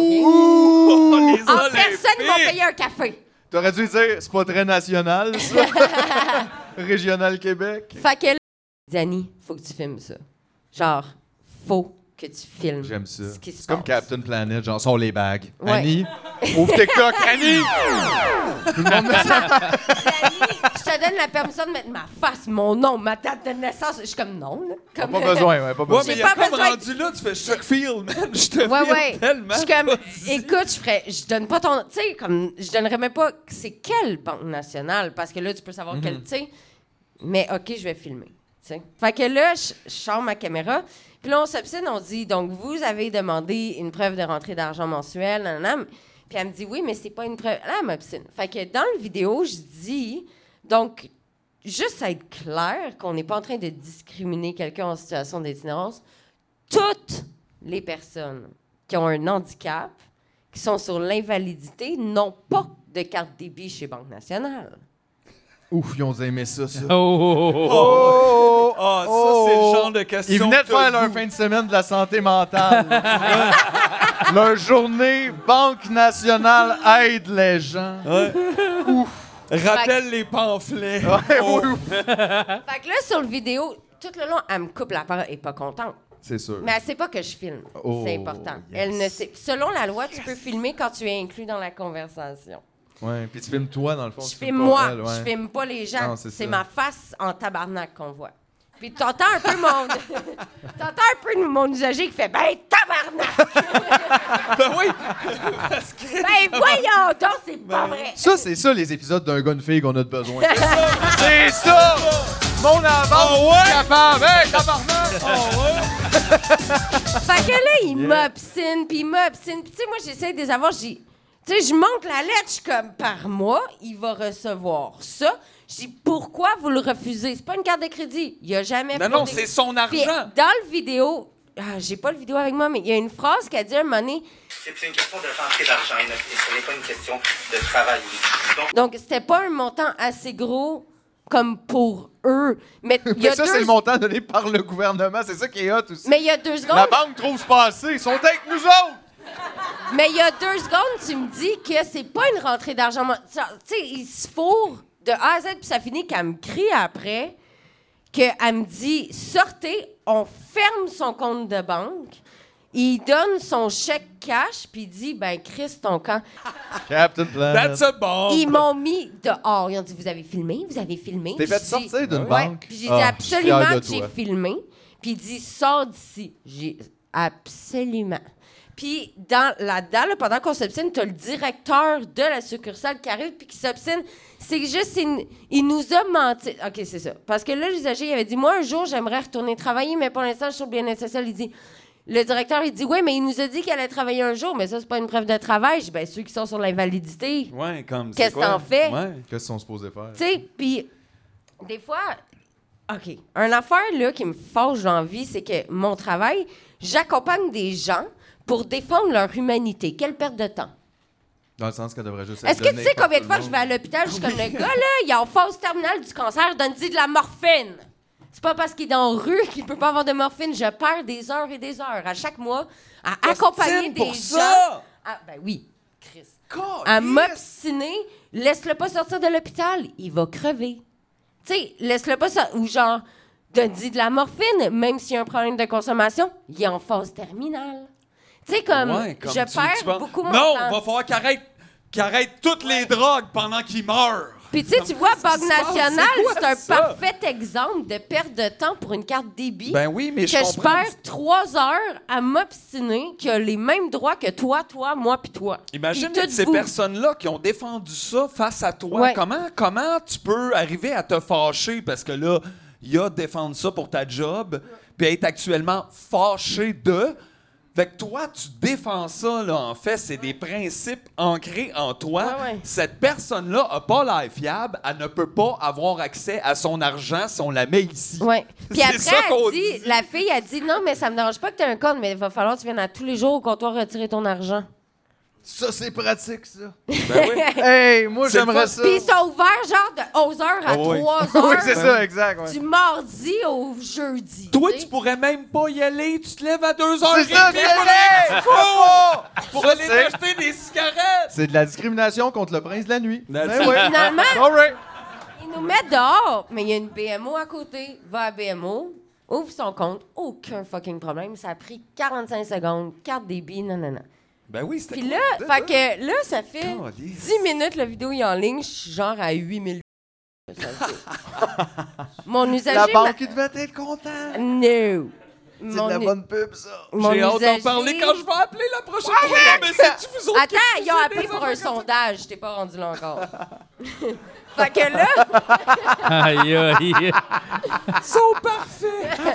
Oh, les En Olympiques! personne, ils m'ont payé un café. T'aurais dû dire, c'est pas très national, ça. Régional Québec. Fait que là, Dani, faut que tu filmes ça. Genre, faut que tu filmes. J'aime ça. Ce qui se C'est comme passe. Captain Planet, genre, sont les bagues. Ouais. Annie, ouvre TikTok. Annie! Tout le monde met ça. Dani, je te donne la permission de mettre ma face, mon nom, ma date de naissance. Je suis comme non, là. Comme... Pas besoin, ouais, pas Ouais, besoin. mais il J'ai y a pas comme besoin- rendu là, tu fais choc feel, man. Je te Ouais, feel ouais. tellement. Je suis comme, pas dit. écoute, je ferais, je donne pas ton, tu sais, comme, je donnerais même pas, c'est quelle banque nationale, parce que là, tu peux savoir Mhm. quelle, tu sais. Mais OK, je vais filmer, tu sais. Fait que là, je, je sors ma caméra, puis là, on s'obstine, on dit, donc, vous avez demandé une preuve de rentrée d'argent mensuelle, nanana. Puis elle me dit, oui, mais c'est pas une preuve. Là, elle m'obstine. Fait que dans la vidéo, je dis, donc, juste à être clair qu'on n'est pas en train de discriminer quelqu'un en situation d'itinérance, toutes les personnes qui ont un handicap, qui sont sur l'invalidité, n'ont pas de carte débit chez Banque nationale. Ouf, ils ont aimé ça, ça. Oh! Ah, ça, c'est le genre de question. Ils venaient de que t'as faire leur goût. fin de semaine de la santé mentale. Leur journée Banque nationale aide les gens. Rappelle les pamphlets. Ouais, Oh. oui, Fait que là, sur le vidéo, tout le long, elle me coupe la parole. Elle est pas contente. c'est sûr. Mais elle sait pas que je filme. Oh, c'est important. yes. Elle ne sait. Selon la loi, tu peux filmer quand tu es inclus dans la conversation. Ouais, puis tu filmes toi, dans le fond. Je tu filme pas moi, elle, ouais. je filme pas les gens. Non, c'est c'est ça. ma face en tabarnak qu'on voit. Puis t'entends un peu mon... t'entends un peu mon usager qui fait « Ben, tabarnak! Ben oui! » Ben, voyons donc, c'est pas vrai! Ça, c'est ça, les épisodes d'un gars, une fille qu'on a de besoin. C'est ça! Mon avant, Oh ouais! capable! Hey, tabarnak! Fait que là, il m'obstine, puis il m'obstine. Puis tu sais, moi, j'essaie de les avoir. j'ai- Tu sais, je monte la lettre, je suis comme, par mois, il va recevoir ça. Je dis, pourquoi vous le refusez? C'est pas une carte de crédit. Il a jamais Non, non, fraudé. c'est son Puis argent. dans le vidéo, ah, j'ai pas le vidéo avec moi, mais il y a une phrase qui a dit à un moment donné, C'est une question de rentrée d'argent et ne- et ce n'est pas une question de travail. Donc, donc c'était pas un montant assez gros comme pour eux. Mais il y Mais a ça, deux... c'est le montant donné par le gouvernement. C'est ça qui est hot aussi. Mais il y a deux secondes... La banque trouve ce passé. Ils sont avec nous autres! Mais il y a deux secondes, tu me dis que c'est pas une rentrée d'argent. Tu sais, il se fourre de A à Z, puis ça finit qu'elle me crie après, qu'elle me dit « Sortez, on ferme son compte de banque. » Il donne son chèque cash, puis il dit « Ben, Chris, ton camp. » Captain Planet. That's a bomb! Ils m'ont mis dehors. Ils ont dit « Vous avez filmé? Vous avez filmé? » T'es Puis fait j'ai sortir dit- d'une Ouais. banque? Puis j'ai dit Ah, je suis fier absolument de que j'ai toi. filmé. Puis il dit sors d'ici. J'ai absolument. Puis dans là-dedans, là, pendant qu'on s'obstine, t'as le directeur de la succursale qui arrive puis qui s'obstine. C'est juste, il, il nous a menti. OK, c'est ça. Parce que là, l'usager, il avait dit, moi, un jour, j'aimerais retourner travailler, mais pour l'instant, je suis sur le bien-être social. Il dit, le directeur, il dit, oui, mais il nous a dit qu'il allait travailler un jour, mais ça, c'est pas une preuve de travail. Je dis, ben, ceux qui sont sur l'invalidité, Ouais, comme Qu'est-ce c'est quoi? que t'en fais? Ouais. Qu'est-ce qu'ils sont supposés faire? tu sais, puis des fois, OK, une affaire là qui me fâche dans la vie, c'est que mon travail, j'accompagne des gens pour défendre leur humanité. Quelle perte de temps. Dans le sens qu'elle devrait juste Est-ce être que tu donnée sais par combien de tout fois le je monde. vais à l'hôpital, je suis comme le gars, là, il est en phase terminale du cancer, donne-y de la morphine. C'est pas parce qu'il est dans la rue qu'il peut pas avoir de morphine. Je perds des heures et des heures à chaque mois à accompagner T'obstines des pour gens. ça? Ah, ben oui, Chris. God, À yes! m'obstiner, laisse-le pas sortir de l'hôpital, il va crever. Tu sais, laisse-le pas sortir. Ou genre, donne-y de la morphine, même s'il y a un problème de consommation, il est en phase terminale. Tu sais, comme, Ouais, comme je tu- perds tu vas- beaucoup mon Non, temps. va falloir qu'il arrête, qu'il arrête toutes les drogues pendant qu'il meurt. Puis tu sais, tu vois, Banque Qu'est-ce qui se passe? Nationale, C'est quoi c'est un ça? parfait exemple de perte de temps pour une carte débit. Ben oui, mais que je je comprends. perds trois heures à m'obstiner, qui a les mêmes droits que toi, toi, moi, puis toi. Imagine Puis toutes ces vous. personnes-là qui ont défendu ça face à toi. Ouais. Comment, comment tu peux arriver à te fâcher parce que là, il y a défendre ça pour ta job, puis être actuellement fâché de. Fait que toi, tu défends ça, là. En fait, c'est des principes ancrés en toi. Ouais, ouais. Cette personne-là a pas l'air fiable. Elle ne peut pas avoir accès à son argent si on la met ici. Ouais. Puis C'est après, ça qu'on elle dit, dit. la fille a dit non, mais ça me dérange pas que tu aies un compte, mais il va falloir que tu viennes à tous les jours au comptoir retirer ton argent. Ça, c'est pratique, ça. Ben oui. Hey, moi, C'est j'aimerais le ça. Puis ils sont ouverts genre de onze heures à Ah oui. trois heures. Oui, c'est ça, exact. ouais. Du mardi au jeudi. Toi, tu sais. tu pourrais même pas y aller. Tu te lèves à deux heures C'est ça, et demie c'est pour ça! pour Ça, aller c'est- t'acheter des cigarettes. C'est de la discrimination contre le prince de la nuit. That's Ben it. ouais. Finalement, All right. ils nous mettent dehors, mais il y a une B M O à côté. Va à B M O, ouvre son compte, aucun fucking problème. Ça a pris quarante-cinq secondes, carte débit, non, non, non. Ben oui, c'était Puis cool. là, fait que là, ça fait Calisse. dix minutes, la vidéo est en ligne, je suis genre à huit mille. Ça le fait. Mon usager... La m'a- banque, il devait être content. No. C'est Mon de la u- bonne pub, ça. mon J'ai hâte d'en usager- parler quand je vais appeler la prochaine fois. Non, mais c'est-tu vous autres? Attends, ils ont appelé pour un sondage. Je t'ai pas rendu là encore. Fait que là, Aïe, aïe. Ils sont parfaits.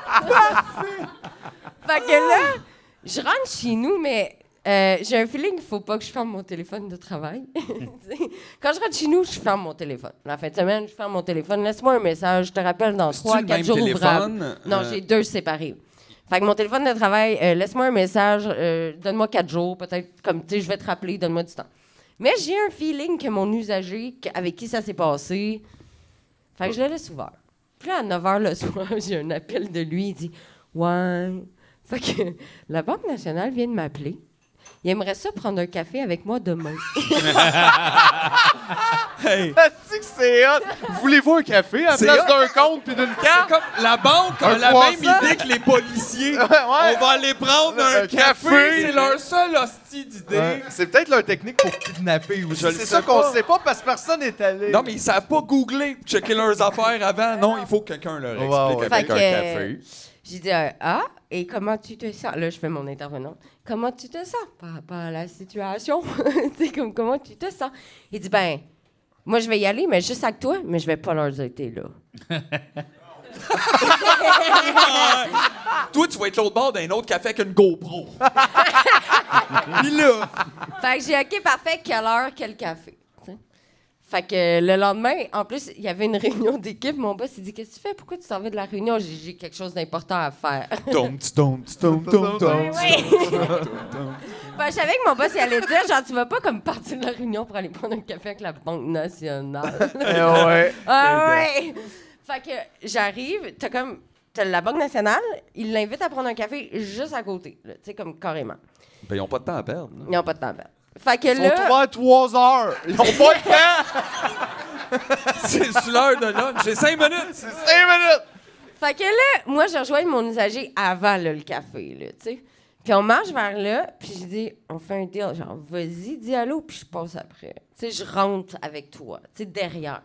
fait que là, je rentre chez nous, mais euh, j'ai un feeling qu'il faut pas que je ferme mon téléphone de travail. Quand je rentre chez nous, je ferme mon téléphone. La fin de semaine, je ferme mon téléphone. Laisse-moi un message, je te rappelle dans C'est-tu trois, le quatre même jours téléphone? ouvrables. Non, Euh, j'ai deux séparés. Fait que mon téléphone de travail, euh, laisse-moi un message, euh, donne-moi quatre jours, peut-être, comme, tu sais, je vais te rappeler, donne-moi du temps. Mais j'ai un feeling que mon usager, que- avec qui ça s'est passé, fait que je le laisse ouvert. Puis là, à neuf heures le soir, j'ai un appel de lui, il dit « Ouais... » Fait que la Banque nationale vient de m'appeler. Il aimerait ça prendre un café avec moi demain. Hey. C'est que c'est hot. Voulez-vous un café à la C'est place hot. d'un compte puis d'une C'est carte? comme la banque a Un la croissant. même idée que les policiers. Ouais. On va aller prendre un, Un café. café. C'est leur seule hostie d'idée. Ouais. C'est peut-être leur technique pour kidnapper aussi. Je le C'est sais ça qu'on pas. sait pas parce que personne n'est allé. Non, mais ils savent pas googler, checker leurs affaires avant. Non, il faut que quelqu'un leur explique Ouais, ouais. avec Fait un que, café. J'ai dit euh, Ah, et comment tu te sens? Là, je fais mon intervenante. Comment tu te sens par rapport à la situation? Tu sais, comme, comment tu te sens? Il dit Ben, moi, je vais y aller, mais juste avec toi, mais je vais pas leur dire que t'es là. Toi, tu vas être l'autre bord d'un autre café avec une GoPro. Puis là, Fait que j'ai OK, parfait, quelle heure, quel café? T'sais. Fait que le lendemain, en plus, il y avait une réunion d'équipe. Mon boss, il dit Qu'est-ce que tu fais? Pourquoi tu t'en vas de la réunion? J'ai j'ai quelque chose d'important à faire. tom, tom, tom, tom, tom. Oui. Ben, je savais que mon boss, il allait dire, genre, tu vas pas comme partir de la réunion pour aller prendre un café avec la Banque nationale. Eh ouais. Ah ouais! Fait que j'arrive, t'as comme, t'as la Banque nationale, il l'invite à prendre un café juste à côté, tu sais, comme carrément. Ben, ils n'ont pas de temps à perdre. là. Ils n'ont pas de temps à perdre. Fait que Ils sont là... trois à trois heures. Ils ont pas de temps. C'est sur l'heure de lunch. J'ai cinq minutes. C'est cinq minutes. Fait que là, moi, je rejoins mon usager avant là, le café, là, tu sais. Puis on marche vers là, puis je dis, on fait un deal, genre, vas-y, dis allô, puis je passe après. Tu sais, je rentre avec toi, tu sais, derrière.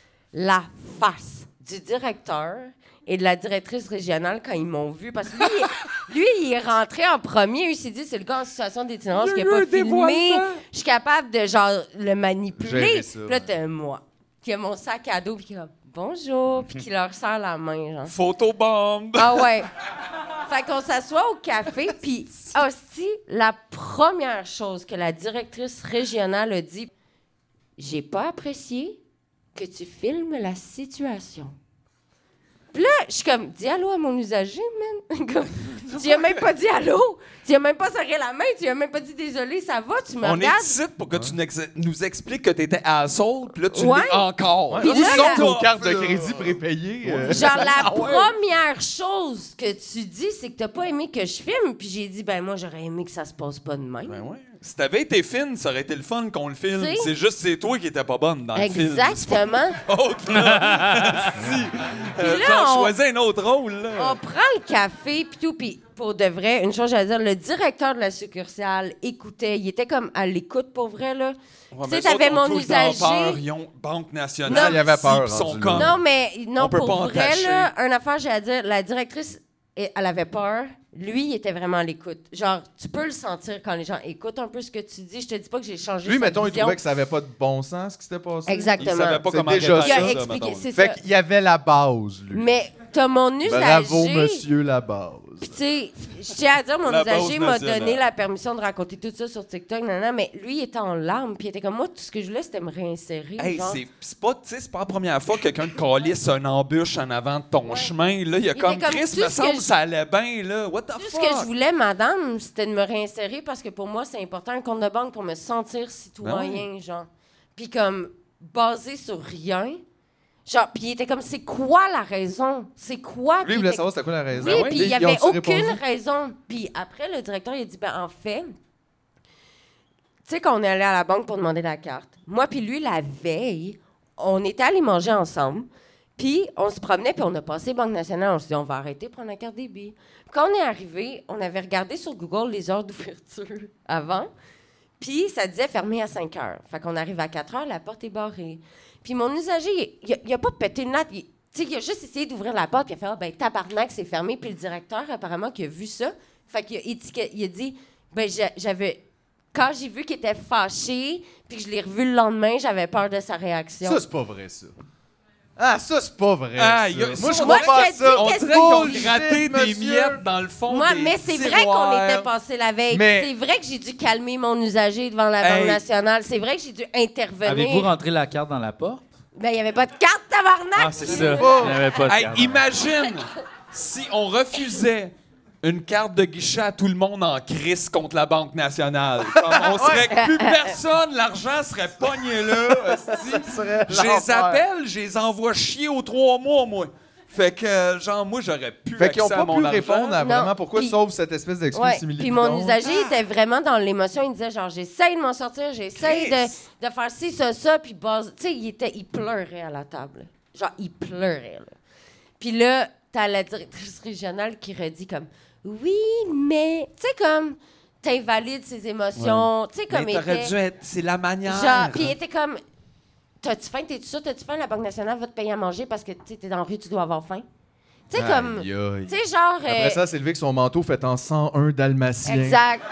La face du directeur et de la directrice régionale quand ils m'ont vu, parce que lui, il, lui, il est rentré en premier, il s'est dit, c'est le gars en situation d'itinérance qui n'a pas filmé, je suis capable de, genre, le manipuler. Gérer ça, Puis là, ouais. t'as moi, qui a mon sac à dos, puis qui est comme, bonjour, puis qui leur serre la main, genre. Photobombe. Ah ouais. Fait qu'on s'assoit au café, puis hostie, la première chose que la directrice régionale a dit, j'ai pas apprécié que tu filmes la situation. Puis là, je suis comme, dis allô à mon usager, man. Comme, tu lui as même pas dit allô. Tu lui as même pas serré la main. Tu lui as même pas dit désolé, ça va, tu me On regardes. est ici pour que tu n'ex- nous expliques que t'étais asshole, puis là, tu Ouais. l'es encore. Puis Ils là, sortent la- nos cartes de crédit prépayées. euh. Genre, la première chose que tu dis, c'est que t'as pas aimé que je filme. Puis j'ai dit, ben moi, j'aurais aimé que ça se passe pas de même. Ben ouais. Si t'avais été fine, ça aurait été le fun qu'on le filme. T'sais? C'est juste c'est toi qui étais pas bonne dans le film. Exactement. Autre, là. Si. Euh, là, genre, on- choisis un autre rôle, là. On prend le café, puis tout, puis pour de vrai, une chose à dire, le directeur de la succursale écoutait, il était comme à l'écoute pour vrai, là. Ouais, Tu mais sais, eux autres t'avais ont mon tout le temps usager. peur, ils ont Banque nationale. Non, il y avait peur, Ils sont rendu comme. Non, mais non, On peut pour pas vrai, entacher. là, une affaire, j'ai à dire, la directrice, elle elle avait peur. Lui, il était vraiment à l'écoute. Genre, tu peux le sentir quand les gens écoutent un peu ce que tu dis. Je te dis pas que j'ai changé Lui, sa mettons, il vision. trouvait que ça avait pas de bon sens, ce qui s'était passé. Ils Exactement. savaient pas C'est comment déjà réparer Il a ça, expliqué, mettons. c'est Fait ça. qu'il y avait la base, lui. Mais t'as mon usager... Bravo, monsieur, la base. Puis, tu sais, je tiens à dire, mon La usager base m'a nationale. donné la permission de raconter tout ça sur TikTok, nanana, mais lui, il était en larmes, puis il était comme moi, tout ce que je voulais, c'était me réinsérer. Hey, genre. c'est c'est pas, tu sais, c'est pas la première fois que quelqu'un te calisse une embûche en avant de ton Ouais. chemin. Là, il y a Il comme était comme, Chris, tout me ce semble que que je- ça allait bien, là. What the Tout ce fuck? que je voulais, madame, c'était de me réinsérer parce que pour moi, c'est important, un compte de banque pour me sentir citoyen, genre. Puis comme, basé sur rien. Genre, puis il était comme, c'est quoi la raison? C'est quoi? Lui, Puis il voulait était- savoir c'était quoi la raison. Oui, puis il n'y Ils avait ont-tu aucune répondu? raison. Puis après, le directeur, il a dit, ben en fait, tu sais, quand on est allé à la banque pour demander la carte, moi puis lui, la veille, on était allés manger ensemble, puis on se promenait, puis on a passé Banque nationale, on s'est dit, on va arrêter de prendre la carte débit. Puis quand on est arrivé, on avait regardé sur Google les heures d'ouverture avant, puis ça disait fermé à cinq heures. Fait qu'on arrive à quatre heures, la porte est barrée. Puis mon usager, il, il, a, il a pas pété une latte, il, tu sais, il a juste essayé d'ouvrir la porte, puis il a fait, ah, ben tabarnak, c'est fermé. Puis le directeur, apparemment, qui a vu ça, fait qu'il a, étiquet- il a dit, ben j'a- j'avais, quand j'ai vu qu'il était fâché, puis que je l'ai revu le lendemain, j'avais peur de sa réaction. Ça, c'est pas vrai, ça. Ah, ça, c'est pas vrai. Ah, ça. y a- Moi, ça, je moi, crois pas je à te ça. dis On qu'est-ce dirait qu'ils ont Bullshit, gratté des monsieur. miettes dans le fond. Moi, des mais c'est vrai qu'on tiroirs. était passé la veille. Mais- C'est vrai que j'ai dû calmer mon usager devant la Hey. Banque nationale. C'est vrai que j'ai dû intervenir. Avez-vous rentré la carte dans la porte? Ben, il n'y avait pas de carte, tabarnak! Ah, c'est ça. pas. Il n'y avait pas de Hey, carte. imagine si on refusait une carte de guichet à tout le monde en crise contre la Banque nationale. Comme on serait plus personne, l'argent serait pogné là. esti. serait Je les l'enfer. appelle, je les envoie chier aux trois mois, moi. Fait que, euh, genre, moi, j'aurais pu Fait qu'ils ont accès pas à mon pu argent. répondre à Non. vraiment pourquoi, Puis- sauf cette espèce d'excuse Ouais. simili Puis mon bidon. usager était vraiment dans l'émotion. Il disait genre, j'essaye de m'en sortir, j'essaye Chris. de, de faire ci, ça, ça. Puis base... tu sais, il, était- il pleurait à la table. Genre, il pleurait. Là. Puis là, t'as la directrice régionale qui redit comme, oui, mais, tu sais, comme, t'invalides ses émotions. Tu sais, comme, Mais t'aurais était- dû être... C'est la manière. Genre, puis il était comme, t'as-tu faim, t'es-tu sûr, t'as-tu faim, la Banque nationale va te payer à manger parce que, tu sais, t'es dans la rue, tu dois avoir faim. Tu sais, comme, Aïe, aïe. tu sais, genre... Après euh, ça, c'est levé avec son manteau fait en cent un dalmatien. exact.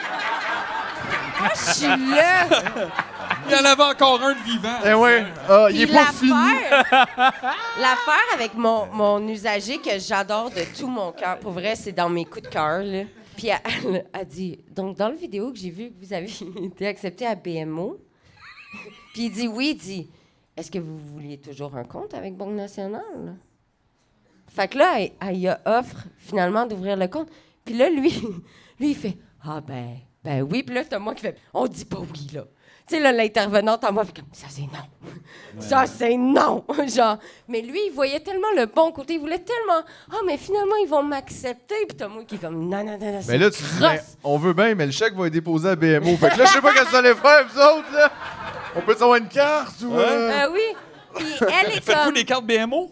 Moi, je suis là. Il y en avait encore un de vivant. Eh ouais. Ah, il est Puis pas fini. l'affaire, l'affaire avec mon, mon usager que j'adore de tout mon cœur, pour vrai, c'est dans mes coups de cœur, là. Puis elle, elle a dit, donc dans le vidéo que j'ai vu que vous avez été accepté à B M O, puis il dit oui, il dit, est-ce que vous vouliez toujours un compte avec Banque nationale? Fait que là, elle, elle y a offre finalement d'ouvrir le compte. Puis là, lui, lui, il fait, ah ben, Ben oui, puis là, t'as moi qui fait, on dit pas oui, là. Tu sais, là, l'intervenante en moi fait comme, ça, c'est non. Ouais. Ça, c'est non. Genre, mais lui, il voyait tellement le bon côté. Il voulait tellement, ah, oh, mais finalement, ils vont m'accepter. Puis t'as moi qui est comme, non, non, non, non. Mais là, tu dis, ben, on veut bien, mais le chèque va être déposé à B M O. Fait que là, je sais pas qu'est-ce que vous allez faire, vous autres, là. On peut avoir une carte ou. Euh... Euh, oui. Puis elle est Faites-vous comme... des cartes B M O?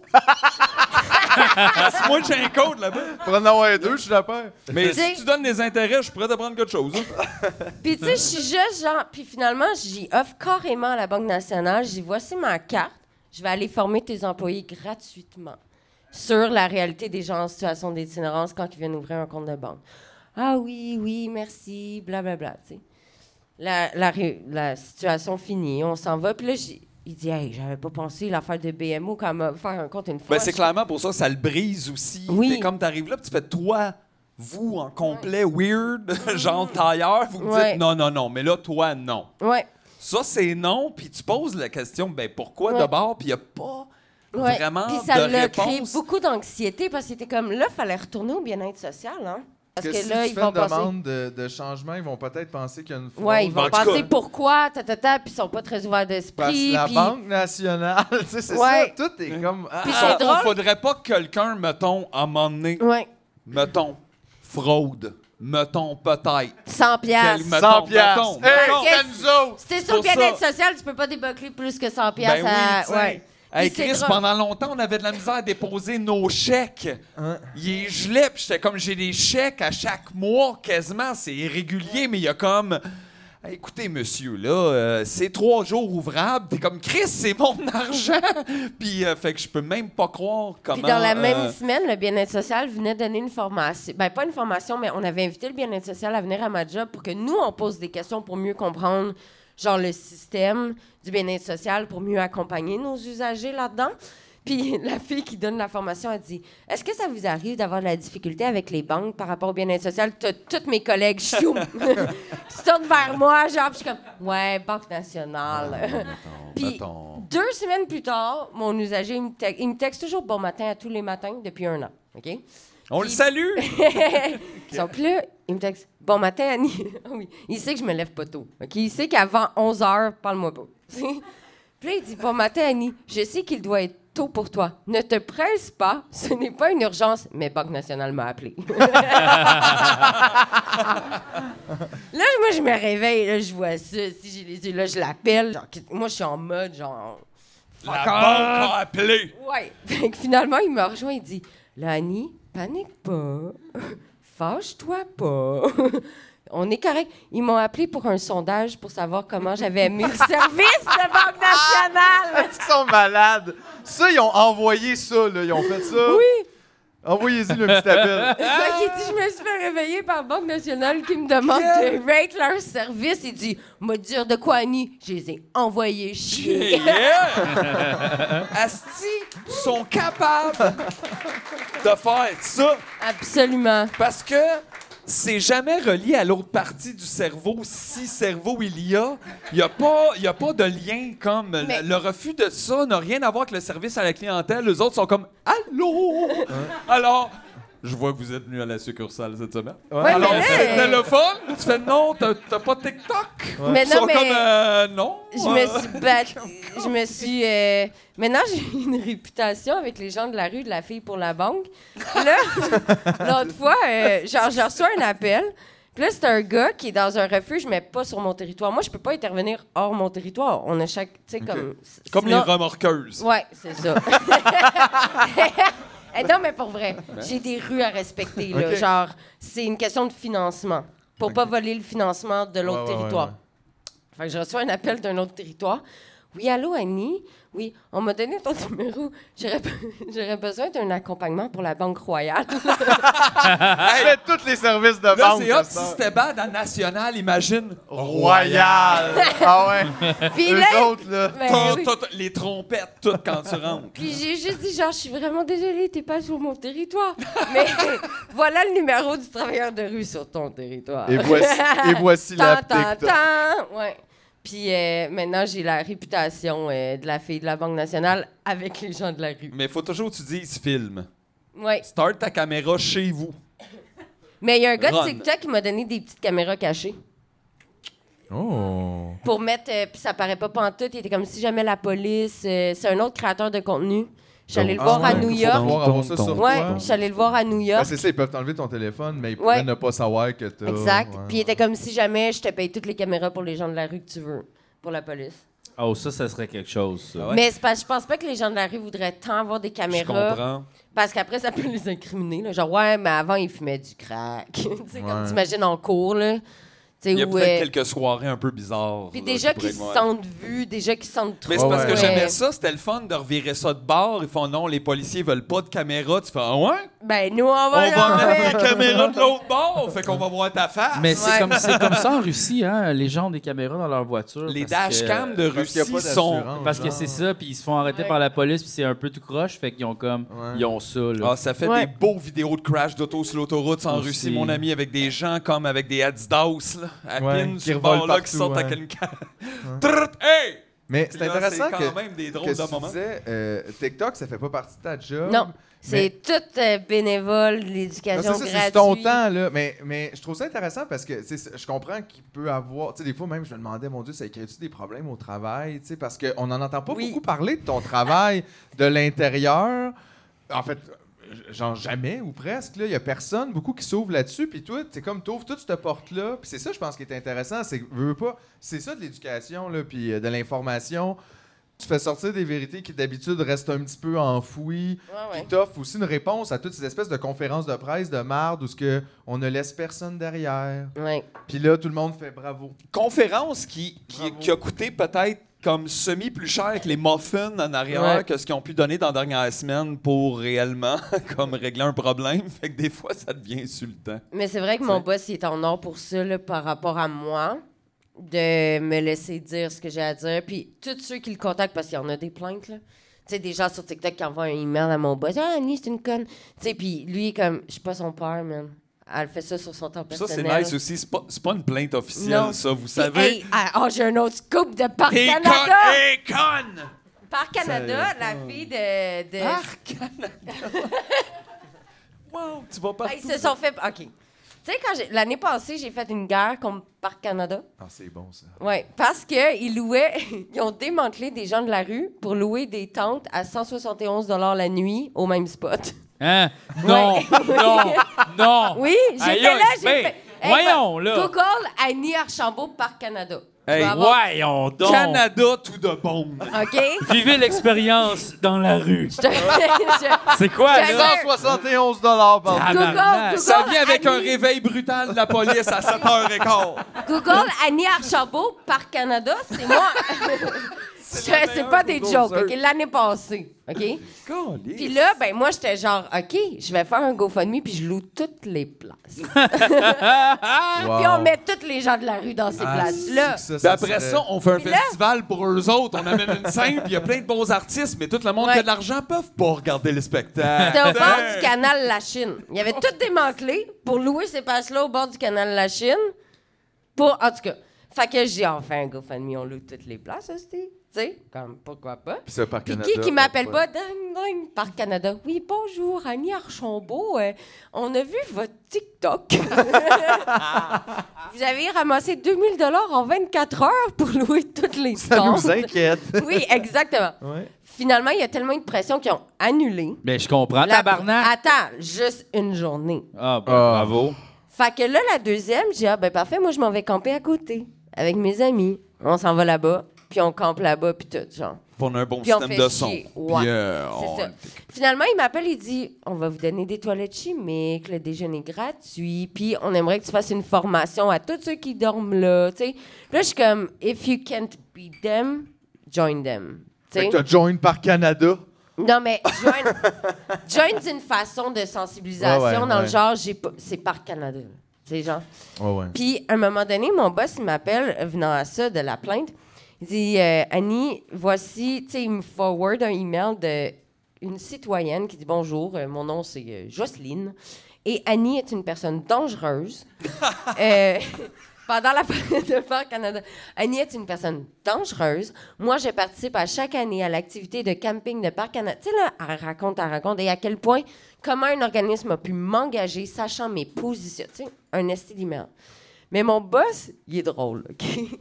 Parce que moi, j'ai un code là-bas. Pour en avoir deux, je suis d'accord. Mais si tu donnes des intérêts, je suis prêt à prendre quelque chose. Hein? Puis tu sais, je suis juste genre... Puis finalement, j'y offre carrément à la Banque nationale. J'ai dit, voici ma carte. Je vais aller former tes employés gratuitement sur la réalité des gens en situation d'itinérance quand ils viennent ouvrir un compte de banque. Ah oui, oui, merci, blablabla, tu sais. La, la, la situation finie, on s'en va. Puis là, j'ai... Il dit, hey, j'avais pas pensé l'affaire de B M O quand m'a faire un compte une fois. Ben, c'est clairement pour ça que ça le brise aussi. Oui. T'es comme t'arrives là, puis tu fais toi, vous en complet, weird, genre tailleur, vous me Ouais. dites non, non, non, mais là, toi, non. Ouais. Ça, c'est non, puis tu poses la question, ben pourquoi Ouais. d'abord, puis il n'y a pas Ouais. vraiment Puis ça de l'a créé réponse. beaucoup d'anxiété parce que c'était comme, là, il fallait retourner au bien-être social, hein. Parce que, que si là, tu ils fais vont une penser... demande de, de changement, ils vont peut-être penser qu'il y a une fraude. Ouais, ils vont En tout penser cas- pourquoi, ta, ta, ta, puis ils sont pas très ouverts Parce d'esprit. que la puis- Banque nationale, tu sais, c'est Ouais. ça. Tout est comme. Ah, Puis Ah, c'est drôle. faudrait pas que quelqu'un, mettons, à un moment donné, Ouais, mettons, fraude, mettons, peut-être. cent piastres. Quel- mettons, cent piastres. mettons, Hey, mettons. c'est nous autres! Si t'es sur le pour bien-être ça. social, tu peux pas débâcler plus que cent piastres. Ben oui, à- tu sais. ouais. Hey, Puis c'est Chris, drôle. pendant longtemps, on avait de la misère à déposer nos chèques. Hein? Il est gelé, puis j'étais comme, j'ai des chèques à chaque mois, quasiment. C'est irrégulier, mais il y a comme... Hey, écoutez, monsieur, là, euh, c'est trois jours ouvrables. T'es comme, Chris, c'est mon argent! Puis, euh, fait que je peux même pas croire comment... Puis dans la même euh, semaine, le bien-être social venait donner une formation. Ben, pas une formation, mais on avait invité le bien-être social à venir à ma job pour que nous, on pose des questions pour mieux comprendre, genre, le système du bien-être social pour mieux accompagner nos usagers là-dedans. Puis la fille qui donne la formation, elle dit « Est-ce que ça vous arrive d'avoir de la difficulté avec les banques par rapport au bien-être social? » T'as tous mes collègues, chioum, se tournent vers moi, genre, puis je suis comme « Ouais, Banque nationale. » Puis mettons. deux semaines plus tard, mon usager, il me, te- il me texte toujours « Bon matin » à tous les matins depuis un an. OK? On le salue! Donc puis là, il me texte « Bon matin, Annie. » Oui, il sait que je me lève pas tôt. OK? Il sait qu'avant onze heures, parle-moi pas. Puis là, il dit « Bon matin, Annie. Je sais qu'il doit être tôt pour toi. Ne te presse pas. Ce n'est pas une urgence. » Mais Banque nationale m'a appelé. Là, moi, je me réveille. Là, je vois ça. Si j'ai les yeux, là, je l'appelle. Genre, moi, je suis en mode genre... La Fuck banque off. a appelé! Ouais. Fait que finalement, il me rejoint. Il dit là, Annie, panique pas. Fâche-toi pas. On est correct. Ils m'ont appelé pour un sondage pour savoir comment j'avais aimé le service de Banque nationale. Est-ce qu'ils sont malades? Ça, ils ont envoyé ça, là. Ils ont fait ça. Oui. Envoyez-y le petit appel. Fait qu'il dit, je me suis fait réveiller par Banque nationale qui me demande de rate leur service. Il dit, m'a dire de quoi, Annie? Je les ai envoyés chier. Yeah! Asti, sont capables de faire ça Absolument. parce que c'est jamais relié à l'autre partie du cerveau. Si cerveau il y a, il n'y a, pas- y a pas de lien comme... le- Mais- Le, refus de ça n'a rien à voir avec le service à la clientèle. Les autres sont comme « Allô? Alors... » Je vois que vous êtes venu à la succursale cette semaine. Ouais, Alors, mais là, c'est euh, téléphone? Tu fais non, t'as t'as pas TikTok? Mais Ils non, sont mais- comme euh, non. Je me suis battue. Je me suis. euh, Maintenant, j'ai une réputation avec les gens de la rue de la fille pour la banque. Puis là, l'autre fois, euh, genre, je reçois un appel. Puis là, c'est un gars qui est dans un refuge, mais pas sur mon territoire. Moi, je peux pas intervenir hors mon territoire. On a chaque. Tu sais, comme. Comme sinon- les remorqueuses. Ouais, c'est ça. Eh non, mais pour vrai, j'ai des rues à respecter. Là. Ok. Genre, c'est une question de financement. Pour pas voler le financement de l'autre Ouais, ouais, territoire. ouais, Fait que je reçois un appel d'un autre territoire. Oui, allô, Annie? Oui, on m'a donné ton numéro. J'aurais, be- j'aurais besoin d'un accompagnement pour la Banque Royale. Je fais tous les services de Là, banque. c'est hot. à Si cette heure. c'était bad à National, imagine. Royal. Ah ouais. Puis Eux là, autres, là. ben T'as- oui. t'as- t'as les trompettes, toutes quand tu rentres. Puis j'ai juste dit, genre, je suis vraiment désolée, t'es pas sur mon territoire. Mais voilà le numéro du travailleur de rue sur ton territoire. Et voici, et voici la Tan, tan, TikTok. tan. Ouais. Puis euh, maintenant, j'ai la réputation euh, de la fille de la Banque nationale avec les gens de la rue. Mais il faut toujours que tu dises film. Ouais. Start ta caméra chez vous. Mais il y a un gars Run. de TikTok qui m'a donné des petites caméras cachées. Oh. Pour mettre... euh, puis ça paraît pas pantoute. Il était comme si jamais la police... euh, c'est un autre créateur de contenu. Je suis allée le Ah voir à ouais, New faut York. pouvoir avoir ça sur Ouais, toi. je suis allée le voir à New Ben, York. c'est ça, ils peuvent t'enlever ton téléphone, mais ils Ouais. pourraient ne pas savoir que t'as... Exact. Ouais. Puis il était comme si jamais je te paye toutes les caméras pour les gens de la rue que tu veux, pour la police. Oh, ça, ça serait quelque chose, ça. Ah ouais? Mais c'est parce, je pense pas que les gens de la rue voudraient tant avoir des Je caméras. comprends. Parce qu'après, ça peut les incriminer. Là. Genre, ouais, mais avant, ils fumaient du crack. tu sais, comme Ouais. t'imagines en cours, là. Tu sais, Il y a où, peut-être euh, quelques soirées un peu bizarres. Puis là, déjà qui qu'ils se pourraient- sentent vus, déjà qu'ils se sentent trop. Mais c'est parce que Ouais. j'aimais ça, c'était le fun de revirer ça de bord. Ils font non, les policiers veulent pas de caméra. Tu fais ah ouais? Ben, nous, on va On va leur mettre mettre. la caméra de l'autre bord. Fait qu'on va voir ta face. Mais c'est Ouais. comme, c'est comme ça en Russie, hein? Les gens ont des caméras dans leur voiture. Les parce que- dashcams de Parce qu'il y a Russie pas sont. d'assurance. Parce que genre. c'est ça, puis ils se font arrêter Ouais. par la police, puis c'est un peu tout croche, fait qu'ils ont comme. Ouais. Ils ont ça, là. Ah, ça fait Ouais. des beaux vidéos de crash d'auto sur l'autoroute en Aussi. Russie, mon ami, avec des gens comme avec des Adidas, là, à Ouais, pin qui sur le revolent bord là, qui partout, sortent ouais. avec une canne. Trrrt, hey! Mais c'est Puis là, intéressant c'est quand que, même des que drôles de tu moments. disais, euh, TikTok, ça fait pas partie de ta job. Non, c'est Mais- tout euh, bénévole, Non, l'éducation c'est ça, gratuite. c'est ton temps, là. Mais, mais je trouve ça intéressant parce que tu sais, je comprends qu'il peut avoir. Tu sais, des fois, même, je me demandais, mon Dieu, ça crée-tu des problèmes au travail? Tu sais, parce qu'on n'en entend pas Oui. beaucoup parler de ton travail de l'intérieur. En fait, genre jamais ou presque. Il y a personne, beaucoup qui s'ouvrent là-dessus. Puis toi, c'est comme, tu ouvres toute cette porte-là. Puis c'est ça, je pense, qui est intéressant. C'est que, veux, veux pas, c'est ça de l'éducation, là, puis euh, de l'information. Tu fais sortir des vérités qui, d'habitude, restent un petit peu enfouies. Ouais, ouais. Puis t'offres aussi une réponse à toutes ces espèces de conférences de presse de marde où ce que on ne laisse personne derrière. Ouais. Puis là, tout le monde fait bravo. Conférence qui, qui, Bravo. qui a coûté peut-être comme semi plus cher que les muffins en arrière Ouais. que ce qu'ils ont pu donner dans la dernière semaine pour réellement comme régler un problème. Fait que des fois, ça devient insultant. Mais c'est vrai que mon boss, il est en or pour ça, là, par rapport à moi, de me laisser dire ce que j'ai à dire. Puis tous ceux qui le contactent, parce qu'il y en a des plaintes, là. Tu sais, des gens sur TikTok qui envoient un email à mon boss. « Ah, Annie, c'est une conne. » Tu sais, puis lui, comme, je suis pas son père, man. Elle fait ça sur son temps Ça, c'est personnel. nice aussi. C'est pas, c'est pas une plainte officielle, Non. ça, vous Puis, savez. hey, ah, oh, j'ai un autre scoop de Parc T'es Canada. conne! Hey, conne! Parc Canada, la fille de... de... Parc Canada! Wow, tu vas pas. Ah, ils se sont fait... OK. Tu sais, quand j'ai- l'année passée, j'ai fait une guerre contre Parc Canada. Ah, c'est bon, ça. Oui, parce qu'ils louaient, ils ont démantelé des gens de la rue pour louer des tentes à cent soixante et onze la nuit au même spot. Hein? Non, non, non. Oui, j'étais Aïe, là, j'ai ben, fait. voyons, va- là. Google Annie Archambault, Parc Canada. Tu Hey, vas avoir- Voyons donc. Canada, tout de bon. OK? Vivez l'expérience dans la rue. Je te- je- C'est quoi, J'avais- là? cent soixante et onze dollars par Ah, Google, Tabarnak. Google, Ça vient avec un Annie- réveil brutal de la police à sept heures quinze. Google Annie Archambault, Parc Canada, c'est moi. Je- C'est pas des jokes, OK? L'année passée, OK? Puis là, ben moi, j'étais genre, OK, je vais faire un GoFundMe puis je loue toutes les places. Wow. Puis on met tous les gens de la rue dans ces Ah, places-là. c'est que Puis ça après serait- ça, on fait un Puis là- festival pour eux autres. On amène une scène, puis il y a plein de bons artistes, mais tout le monde Ouais. qui a de l'argent peuvent pas regarder le spectacle. C'était au bord du canal La Chine. Il y avait tout démantelé pour louer ces places-là au bord du canal La Chine. Pour, en tout cas, fait que j'ai enfin un GoFundMe, on loue toutes les places, hostie. Tu sais, comme pourquoi pas. Puis ça, par Puis Canada. qui qui m'appelle ouais. pas? Ding, ding, Parc Canada. Oui, bonjour, Annie Archambault. euh, on a vu votre TikTok. Vous avez ramassé deux mille dollars en vingt-quatre heures pour louer toutes les Ça tentes. nous inquiète. Oui, exactement. Ouais. Finalement, il y a tellement eu de pression qu'ils ont annulé. Mais je comprends, La- tabarnak. Attends, juste une journée. Ah, ben, Ah. bravo. Fait que là, la deuxième, j'ai dit, ah, ben parfait, moi, je m'en vais camper à côté avec mes amis. On s'en va là-bas, puis on campe là-bas, puis tout, genre. On a un bon Puis on système fait de son. chier. Puis, Ouais, euh, c'est on- ça. Finalement, il m'appelle, il dit, on va vous donner des toilettes chimiques, le déjeuner gratuit, puis on aimerait que tu fasses une formation à tous ceux qui dorment là, tu sais. Puis là, je suis comme, if you can't beat them, join them. Tu Fait sais. que t'as join par Canada. Non, mais join, join d'une façon de sensibilisation Ouais, ouais, dans le ouais. genre, j'ai pas, c'est par Canada. C'est genre. Ouais, ouais. Puis, à un moment donné, mon boss, il m'appelle, venant à ça, de la plainte. Il dit, euh, Annie, voici, tu sais, il me forward un email d'une citoyenne qui dit, bonjour, euh, mon nom c'est euh, Jocelyne. Et Annie est une personne dangereuse. Euh, pendant la période de Parc Canada, Annie est une personne dangereuse. Moi, je participe à chaque année à l'activité de camping de Parc Canada. Tu sais, là, elle raconte, elle raconte, et à quel point, comment un organisme a pu m'engager, sachant mes positions. Tu sais, un esti d'email. Mais mon boss, il est drôle, OK?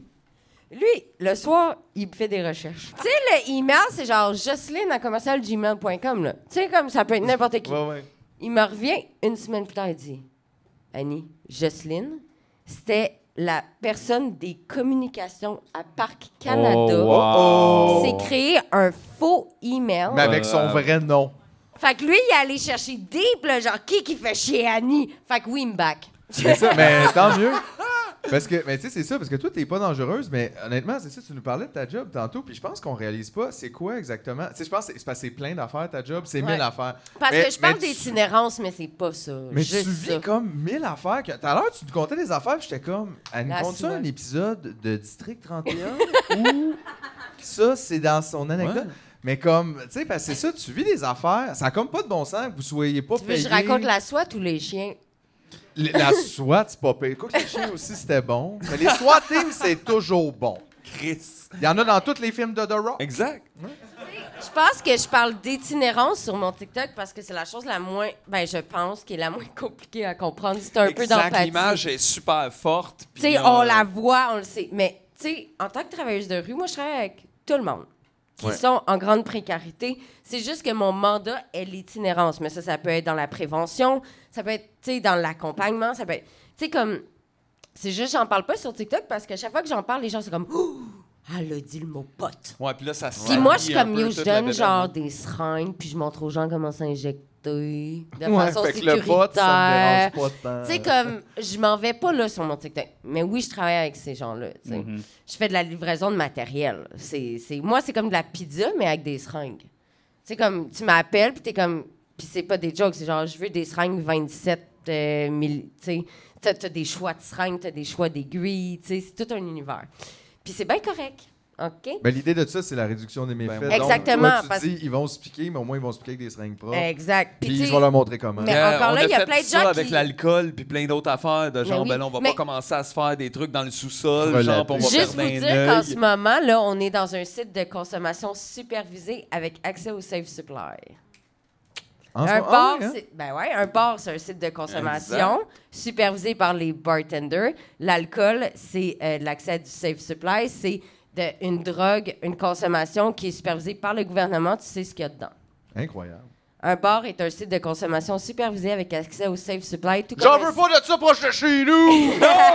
Lui, le soir, il fait des recherches. Tu sais, le email, c'est genre Jocelyne à commercial gmail point com, là. Tu sais, comme ça peut être n'importe qui. Ouais, ouais. Il me revient une semaine plus tard, il dit Annie, Jocelyne, c'était la personne des communications à Parc Canada Oh, wow. qui s'est créé un faux email. Mais avec son Euh, vrai nom. Fait que lui, il est allé chercher deep, là, genre qui qui fait chier Annie. Fait que oui, il me back. Mais, ça, mais tant mieux. Parce que, mais tu sais, c'est ça, parce que toi, t'es pas dangereuse, mais honnêtement, c'est ça, tu nous parlais de ta job tantôt, puis je pense qu'on réalise pas c'est quoi exactement. Tu sais, je pense que c'est parce que c'est plein d'affaires, ta job, c'est Ouais. mille affaires. Parce Mais- que je parle mais tu- d'itinérance, mais c'est pas ça. Mais Juste tu vis ça. comme mille affaires. Que... Tout à l'heure, tu nous contais des affaires, puis j'étais comme, elle nous Là, compte ça souvent. un épisode de District trente et un ou ça, c'est dans son anecdote. Ouais. Mais comme, tu sais, parce que c'est ça, tu vis des affaires, ça a comme pas de bon sens que vous soyez pas Tu veux que payé. je raconte la SWAT ou les chiens? L- La SWAT, c'est pas payé. Quoi que les chiens aussi, c'était bon. Mais les SWAT teams, c'est toujours bon. Chris. Il y en a dans tous les films de The Rock. Exact. Je pense que je parle d'itinérance sur mon TikTok parce que c'est la chose la moins, ben je pense, qui est la moins compliquée à comprendre. C'est un peu Exact. d'empathie. L'image est super forte. Tu sais, puis, euh, on la voit, on le sait. Mais, tu sais, en tant que travailleuse de rue, moi, je travaille avec tout le monde qui Ouais. sont en grande précarité. C'est juste que mon mandat est l'itinérance. Mais ça, ça peut être dans la prévention, ça peut être, tu sais, dans l'accompagnement, ça peut être... Tu sais, comme... C'est juste, j'en parle pas sur TikTok parce que chaque fois que j'en parle, les gens sont comme... Ouh, elle a dit le mot pote. Ouais, puis là, ça se Puis moi, je suis salit un comme, peu yo, toute je la donne bédaine. genre des seringues, puis je montre aux gens comment s'injecter de Ouais, façon fait que sécuritaire. le pote, ça me dérange pas tant. Tu sais, comme, je m'en vais pas là sur mon TikTok. Mais oui, je travaille avec ces gens-là. tu sais. Mhm. Je fais de la livraison de matériel. C'est, c'est, moi, c'est comme de la pizza, mais avec des seringues. Tu sais, comme, tu m'appelles, puis t'es comme. Puis c'est pas des jokes, c'est genre, je veux des seringues vingt-sept euh, mille. Tu sais, t'as, t'as des choix de seringues, t'as des choix d'aiguilles. Tu sais, c'est tout un univers. Puis c'est bien correct. OK? Ben, l'idée de ça, c'est la réduction des méfaits. Ben, Donc, exactement, toi, tu parce- dis, ils vont se piquer, mais au moins, ils vont se piquer avec des seringues propres. Exact. Puis tu je sais, vais leur montrer comment. Mais Euh, encore on là, il y a fait plein de ça gens avec qui- l'alcool puis plein d'autres affaires de genre, oui, ben là, on va mais- pas commencer à se faire des trucs dans le sous-sol, Relater. genre, puis on va Juste perdre vous un dire qu'en œil. ce moment, là, on est dans un site de consommation supervisé avec accès au Safe Supply. En ce Un moment- bar, ah oui, hein? c'est ben ouais, un bar, c'est un site de consommation supervisé par les bartenders. L'alcool, c'est euh, l'accès du Safe Supply, c'est de, une drogue, une consommation qui est supervisée par le gouvernement. Tu sais ce qu'il y a dedans. Incroyable. Un bar est un site de consommation supervisé avec accès au Safe Supply. Tout J'en comme un veux pas de ça proche de chez nous!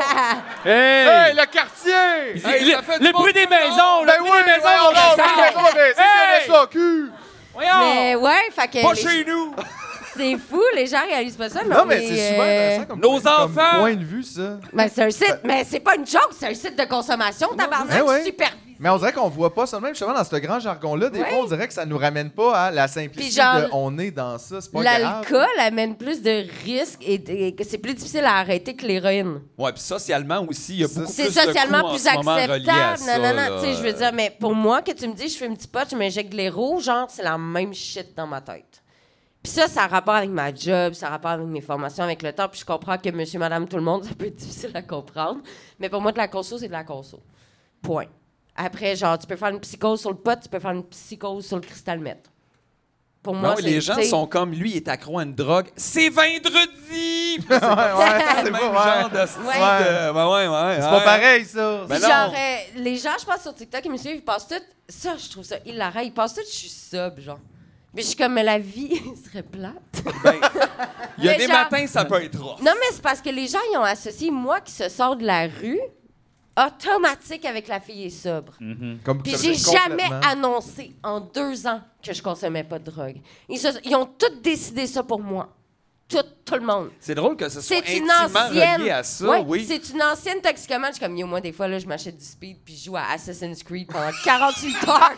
Hey! Hey, le quartier! Hey, le ça fait du le bon bruit des boulot. maisons! Ben le oui, bruit des maisons! voyons donc, on les le maisons, ben, c'est Hey! le S A Q! Voyons! Mais ouais, fait que Pas les- chez nous! c'est fou, les gens réalisent pas ça. Mais Non, on mais est, c'est super euh, intéressant comme, Nos comme enfants! point de vue, ça. Ben, c'est un site, mais c'est pas une joke, c'est un site de consommation, tabarnak, Ben ouais. supervisé. Mais on dirait qu'on voit pas ça de même, justement, dans ce grand jargon-là. Des Ouais. fois, on dirait que ça nous ramène pas à la simplicité Puis genre, de on est dans ça, c'est pas grave. L'alcool amène plus de risques et, de- et que c'est plus difficile à arrêter que l'héroïne. Ouais, puis socialement aussi, il y a Ça, beaucoup C'est plus de socialement coûts en plus ce moment reliés à acceptable. ça, Non, non, là. non. Tu sais, je veux dire, mais pour moi, que tu me dis, je fais un petit pot, je m'injecte de l'héros, genre, c'est la même shit dans ma tête. Puis ça, ça a rapport avec ma job, ça a rapport avec mes formations, avec le temps. Puis je comprends que monsieur, madame, tout le monde, ça peut être difficile à comprendre. Mais pour moi, de la conso, c'est de la conso. Point. Après, genre, tu peux faire une psychose sur le pot, tu peux faire une psychose sur le cristal meth. Pour Ben moi, oui, c'est... les gens tu sais, sont comme lui, il est accro à une drogue. C'est vendredi! ouais, ouais, C'est c'est le même pas, genre ouais. de style Ouais. de- ben ouais, ouais. C'est ouais. pas pareil, ça. Ben Puis non. genre, euh, les gens, je pense, sur TikTok, ils me suivent, ils passent tout... Ça, je trouve ça hilarant. Ils passent tout, je suis sub, genre. Mais je suis comme, mais la vie serait plate. Ben, il y a Mais des genre- matins, ça peut être rough. Non, mais c'est parce que les gens, ils ont associé moi qui se sort de la rue automatique avec la fille est sobre. Comme Puis ça, j'ai c'est jamais complètement- annoncé en deux ans que je consommais pas de drogue. Ils, se- ils ont tous décidé ça pour moi. Tout, tout le monde. C'est drôle que ce soit C'est une intimement ancienne. relié à ça, Ouais, oui. C'est une ancienne toxicomane. Je suis comme, yo, moi, des fois, là, je m'achète du speed puis je joue à Assassin's Creed pendant quarante-huit heures.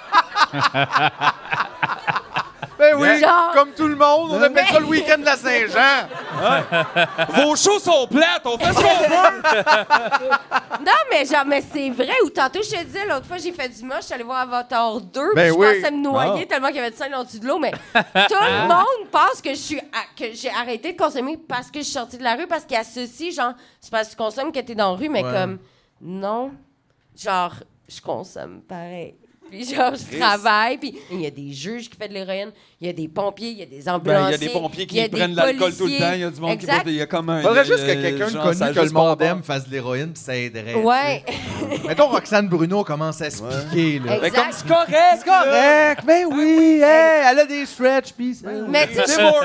Ben oui, Genre- comme tout le monde, on appelle ça le week-end de la Saint-Jean. Vos shows sont plates, on fait ce qu'on veut! Non, mais genre, mais c'est vrai. Ou tantôt, je te disais, l'autre fois, j'ai fait du moche, je suis allée voir Avatar deux, Ben puis je oui. pensais me noyer Ah. tellement qu'il y avait de sang en dessous de l'eau, mais tout le monde pense que je suis à- que j'ai arrêté de consommer parce que je suis sortie de la rue, parce qu'ils associent, genre, c'est parce que tu consommes que t'es dans la rue, mais Ouais. comme, non, genre, je consomme pareil. Puis genre, je travaille, puis il y a des juges qui font de l'héroïne, il y a des pompiers, il y a des ambulanciers. Ben, il y a des pompiers qui il y a des prennent de l'alcool tout le policiers. temps. Il y a du monde Exact. qui boit. Il y a comme un. Faudrait il y a- juste que quelqu'un de genre, connu ça a que le juste pas monde rapport. aime fasse de l'héroïne, puis ça aiderait. Ouais. tu sais. Mettons, Roxane Bruno commence à se piquer, là. Exact. Mais comme c'est correct. C'est correct, mais oui, hey, elle a des stretch, puis ça. Mais tu sais, C'est je bon.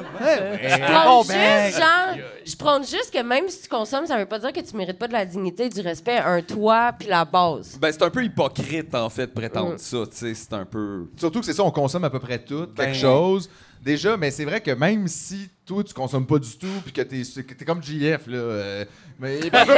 je prends juste, genre, je prends juste que même si tu consommes, ça veut pas dire que tu mérites pas de la dignité, du respect, un toit, puis la base. Ben, c'est un peu hypocrite, en fait, de prétendre Mm. ça. Tu sais, c'est un peu. Surtout que c'est ça, on consomme à peu près tout, Ben- quelque chose. Déjà, mais c'est vrai que même si toi, tu consommes pas du tout, puis que t'es, que t'es comme J F, là, euh, mais il peut rien,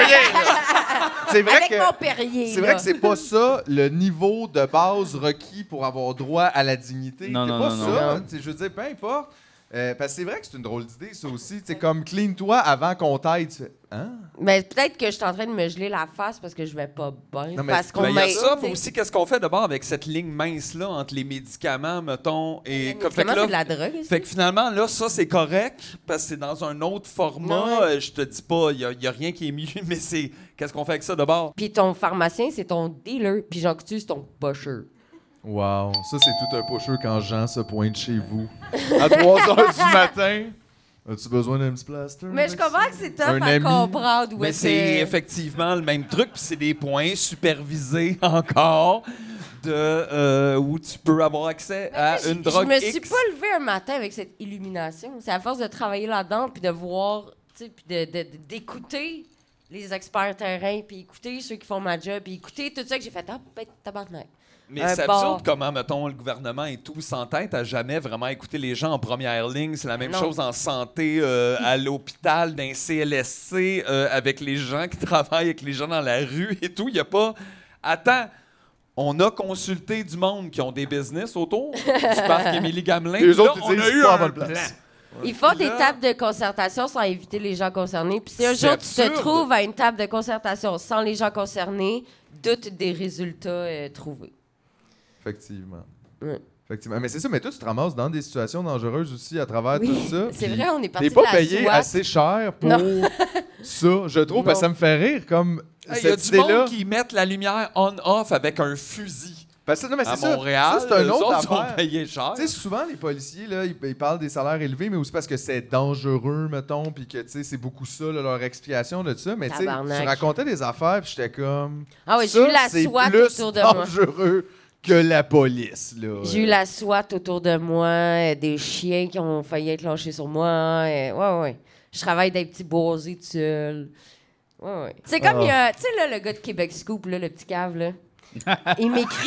là. C'est vrai Avec que... mon Perrier. C'est là. vrai que c'est pas ça le niveau de base requis pour avoir droit à la dignité. Non, c'est non, pas non, ça. non. Tu sais, je veux dire, peu importe. Euh, parce que c'est vrai que c'est une drôle d'idée, ça aussi. C'est comme clean-toi avant qu'on t'aille. Tu fais, hein? Mais peut-être que je suis en train de me geler la face parce que je vais pas bien. Non, mais parce c'est- qu'on Ben, il y a m'a- ça, tu mais sais, aussi, qu'est-ce qu'on fait d'abord avec cette ligne mince-là entre les médicaments, mettons, et. les Fait que médicaments, là- c'est de la drogue. aussi. Fait que finalement, là, ça, c'est correct, parce que c'est dans un autre format. Ouais. Euh, Je te dis pas, il y, a rien qui est mieux, mais c'est. Qu'est-ce qu'on fait avec ça d'abord? Puis ton pharmacien, c'est ton dealer. Puis Jean Coutu, c'est ton pusher. Wow, ça c'est tout un pocheux quand Jean se pointe chez vous à trois heures du matin. As-tu besoin d'un petit plaster? Mais je comprends que c'est tough Un à ami. comprendre. Où Mais est-ce c'est que- effectivement le même truc, puis c'est des points supervisés encore de euh, où tu peux avoir accès à Je- une drogue Je me suis X. pas levée un matin avec cette illumination. C'est à force de travailler là-dedans, puis de voir, tu sais, puis de- de- de- d'écouter les experts terrain, puis écouter ceux qui font ma job, puis écouter tout ça que j'ai fait. Ah, ben, tabarnak. Mais Un c'est bar. absurde comment, mettons, le gouvernement et tout s'entête à jamais vraiment écouter les gens en première ligne. C'est la même Non. chose en santé, euh, à l'hôpital, dans un C L S C, euh, avec les gens qui travaillent, avec les gens dans la rue et tout. Il n'y a pas... Attends, on a consulté du monde qui ont des business autour du parc Émilie-Gamelin. Les Puis là, autres, ils on disent, a c'est eu pas à un bonne plan. place. Ils font des Là- tables de concertation sans éviter les gens concernés. Puis si un C'est jour tu te absurde. trouves à une table de concertation sans les gens concernés, doute des résultats euh, trouvés. Effectivement. Ouais. Effectivement. Mais c'est ça, mais toi, tu te ramasses dans des situations dangereuses aussi à travers Oui, tout ça. c'est puis vrai, on est parti T'es pas de la payé SWAT. assez cher pour Non. ça, je trouve, parce que ça me fait rire comme Il y a cette du monde idée-là. qui mettent la lumière on-off avec un fusil. Parce que non, mais À c'est ça. Montréal, Ça, c'est un eux autre autres sont affaire. payés cher. Tu sais, souvent, les policiers, là, ils, ils parlent des salaires élevés, mais aussi parce que c'est dangereux, mettons, puis que, tu sais, c'est beaucoup ça, là, leur explication de ça. Mais, tu sais, Tabarnak. tu racontais des affaires, puis j'étais comme... Ah oui, j'ai ça, eu la c'est SWAT plus autour de moi. dangereux que la police, là. J'ai eu la SWAT autour de moi, euh, des chiens qui ont failli être lâchés sur moi. euh, ouais, ouais. Je travaille des petits boisés tout seul. Ouais, ouais. C'est comme, Ah. il y a- tu sais, là, le gars de Québec Scoop, là, le petit cave, là. Il m'écrit.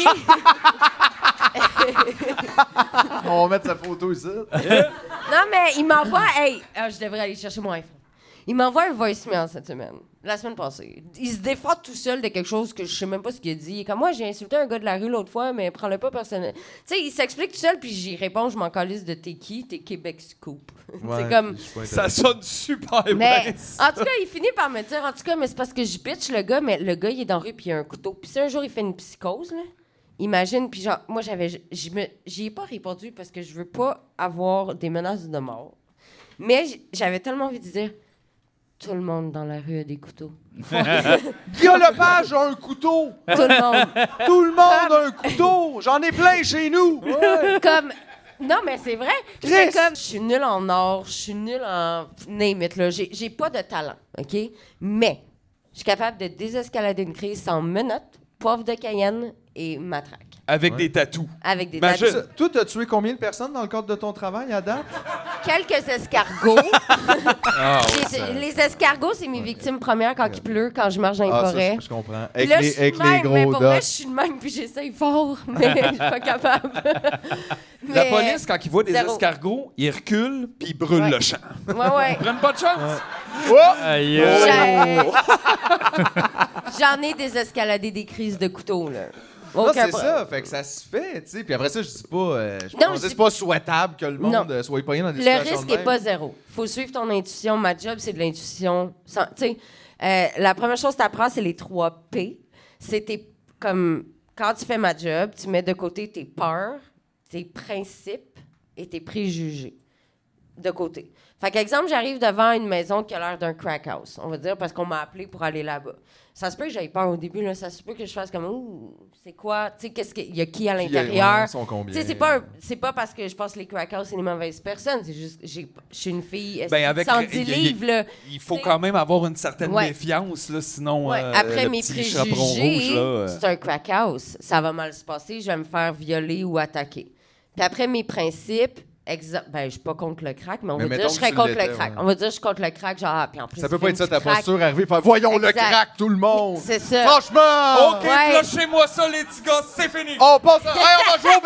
On va mettre sa photo ici. Non, mais il m'envoie. Hey, ah, je devrais aller chercher mon iPhone. Il m'envoie un voicemail cette semaine, la semaine passée. Il se défend tout seul de quelque chose que je sais même pas ce qu'il a dit. Il est comme moi, j'ai insulté un gars de la rue l'autre fois, mais prends-le pas personnel. Tu sais, il s'explique tout seul, puis j'y réponds, je m'en calisse de t'es qui, t'es Québec Scoop. c'est comme. Ça sonne super Mais bien. en tout cas, il finit par me dire, en tout cas, mais c'est parce que je bitch le gars, mais le gars, il est dans la rue, puis il a un couteau. Puis si un jour, il fait une psychose, là, imagine, puis genre, moi, j'avais, je me- j'y ai pas répondu parce que je veux pas avoir des menaces de mort. Mais j- j'avais tellement envie de dire, tout le monde dans la rue a des couteaux. Guillaume Lepage a un couteau. Tout le monde. Tout le monde a un couteau. J'en ai plein chez nous. Comme. Non, mais c'est vrai. Chris! C'est comme, je suis nulle en or, je suis nulle en name it, là. J'ai, j'ai pas de talent, OK? Mais je suis capable de désescalader une crise sans menottes, poivre de Cayenne et matraque. Avec des tatous. Avec des Imagine. tatous. Ça, toi, t'as tué combien de personnes dans le cadre de ton travail à date? Quelques escargots. Ah, Les, les escargots, c'est mes victimes premières quand il pleut, quand je marche dans les Ah, ça, forêts. je, je comprends. Puis Avec là, je les, suis avec de les même, mais gros pour vrai, docs. je suis de même, puis j'essaye fort, mais je suis pas capable. La Mais- police, quand ils voient des zéro. escargots, ils reculent puis ils brûlent Ouais. le champ. Ouais, ouais. Ils prennent pas de chance. Aïe, J'ai- J'en ai des escaladés, des crises de couteau, là. Non, Aucun c'est pro- ça. Fait que ça se fait, tu sais. Puis après ça, je dis pas... euh, je Non, pense je que dis- c'est pas souhaitable que le monde Non. euh, soit payé dans des Le situations risque de n'est même. pas zéro. Faut suivre ton intuition. Ma job, c'est de l'intuition. sans- Tu sais, euh, la première chose que tu apprends, c'est les trois P. C'est tes- comme quand tu fais ma job, tu mets de côté tes peurs, tes principes et tes préjugés. de côté. Fait qu'exemple, j'arrive devant une maison qui a l'air d'un crack house, on va dire, parce qu'on m'a appelé pour aller là-bas. Ça se peut que j'aie peur au début, là. Ça se peut que je fasse comme, ouh, c'est quoi? Tu sais, qu'est-ce qu'il y a qui à l'intérieur? Ouais, sont combien? Tu sais, c'est pas, un- c'est pas parce que je pense que les crack house, c'est les mauvaises personnes. C'est juste, j'ai, je suis une fille est-ce Ben, que avec- cent il y dix a- livres, là. Il faut T'sais- quand même avoir une certaine Ouais. méfiance, là, sinon Ouais, euh, après le mes petit chaperon rouge, préjugés, là, euh, c'est un crack house. Ça va mal se passer, je vais me faire violer ou attaquer. Puis après mes principes, exa- ben je suis pas contre le crack, mais on Mais va dire mettons je que serais tu contre le l'étais, crack. ouais. On va dire je suis contre le crack, genre ah, puis en plus Ça peut il pas fait être ça du ta crack. posture, arriver faire voyons le Exact. crack, tout le monde. C'est ça. Franchement! OK, Ouais. flushez-moi ça, les petits gars, c'est fini! On passe à... Hey, on va jouer au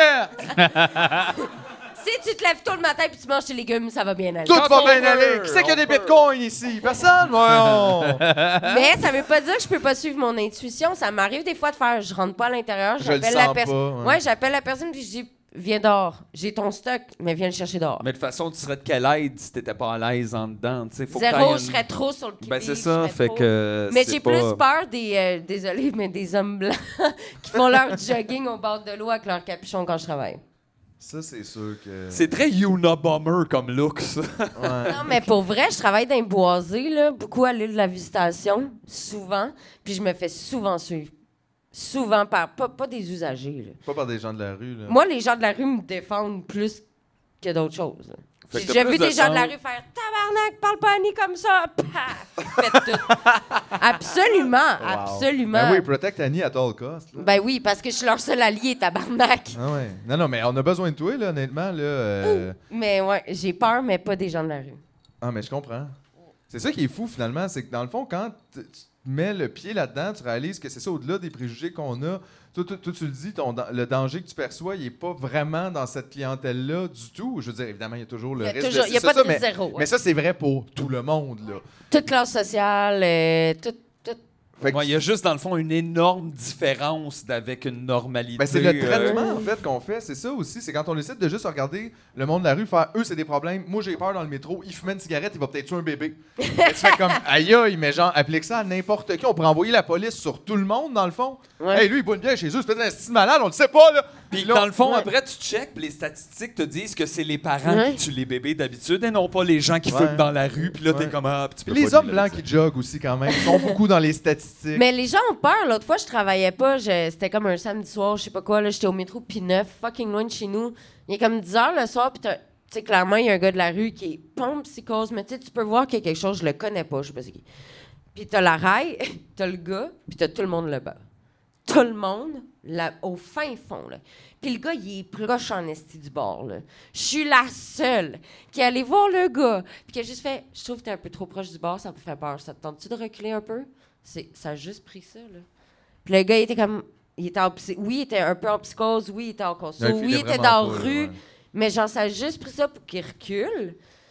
basket! Si tu te lèves tôt le matin puis tu manges tes légumes, ça va bien aller. Tout Quand va on bien veut, aller. Qui c'est qui a on des peut. bitcoins ici? Personne? Voyons! Mais ça veut pas dire que je peux pas suivre mon intuition. Ça m'arrive des fois de faire, je rentre pas à l'intérieur, Je le j'appelle la sens personne. pas, ouais. Ouais, j'appelle la personne puis je dis viens dehors. J'ai ton stock, mais viens le chercher dehors. Mais de toute façon, tu serais de quelle aide si t'étais pas à l'aise en dedans? T'sais, faut que Zéro, t'ailles je une- serais trop sur le qui Ben, c'est ça, fait que. Mais c'est j'ai pas- plus peur des, euh, désolé, mais des hommes blancs qui font leur jogging au bord de l'eau avec leur capuchon quand je travaille. Ça, c'est sûr que... C'est très Unabomber comme look, ça. Ouais. Non, mais pour vrai, je travaille dans les boisés, là, beaucoup à l'île de la Visitation, souvent, puis je me fais souvent suivre. Souvent par, pas, pas des usagers, là. Pas par des gens de la rue, là. Moi, les gens de la rue me défendent plus que d'autres choses. là. Fait que J'ai t'as déjà plus vu de des gens de la chance. rue faire « Tabarnak, parle pas à Annie comme ça! » Paf! Faites tout. Absolument, Wow. absolument. Ben oui, protect Annie at all cost. Là. Ben oui, parce que je suis leur seul allié, tabarnak. Ah ouais. Non, non, mais on a besoin de toi, là, honnêtement. Là, euh... Mais ouais, j'ai peur, mais pas des gens de la rue. Ah, mais je comprends. C'est ça qui est fou, finalement. C'est que, dans le fond, quand t- tu mets le pied là-dedans, tu réalises que c'est ça, au-delà des préjugés qu'on a. Toi, toi, toi, tu le dis, ton, dan- le danger que tu perçois, il n'est pas vraiment dans cette clientèle-là du tout. Je veux dire, évidemment, il y a toujours le Il y a risque. toujours- de- il y a c'est pas ça, de mais, zéro, ouais. mais ça, c'est vrai pour tout le monde, là. Toute classe sociale, euh, tout, tout. Fait que Ouais, il y a juste, dans le fond, une énorme différence d'avec une normalité. ben, c'est le euh, traitement, en fait, qu'on fait. C'est ça aussi. C'est quand on décide de juste regarder le monde de la rue, faire eux, c'est des problèmes. Moi, j'ai peur dans le métro. Il fumait une cigarette, il va peut-être tuer un bébé. Et tu fais comme, aïe, aïe, mais genre, applique ça à n'importe qui. On pourrait envoyer la police sur tout le monde, dans le fond. Ouais. Hey, lui, il boit une bière chez eux, c'est peut-être un style malade, on le sait pas, là. Puis là, dans le fond, ouais. après, tu checkes, puis les statistiques te disent que c'est les parents Ouais. qui tuent les bébés d'habitude et non pas les gens qui Ouais. fument dans la rue. Puis là, t'es Ouais. comme, ah, puis tu Puis peux les pas hommes lui blancs laisser. qui joguent aussi, quand même, sont beaucoup dans les statistiques. Mais les gens ont peur. L'autre fois, je travaillais pas. je- C'était comme un samedi soir, je sais pas quoi. Là, j'étais au métro P9, fucking loin de chez nous. Il est comme dix heures le soir, puis t'as- tu sais, clairement, il y a un gars de la rue qui est pas en psychose, mais tu sais, tu peux voir qu'il y a quelque chose, je le connais pas, je sais pas c'est qui. Puis t'as la raille, t'as le gars, puis t'as tout le monde là-bas. Tout le monde, là, au fin fond, là. Puis le gars, il est proche en esti du bord, là. Je suis la seule qui est allée voir le gars, puis qui a juste fait « Je trouve que t'es un peu trop proche du bord, ça me fait peur. Ça te tente-tu de reculer un peu? » C'est, ça a juste pris ça, là. Puis le gars, il était comme... Il était en psy- oui, il était un peu en psychose, oui, il était en conso, Ouais, il oui, filait il était vraiment dans la pas, rue, ouais. mais genre, ça a juste pris ça pour qu'il recule.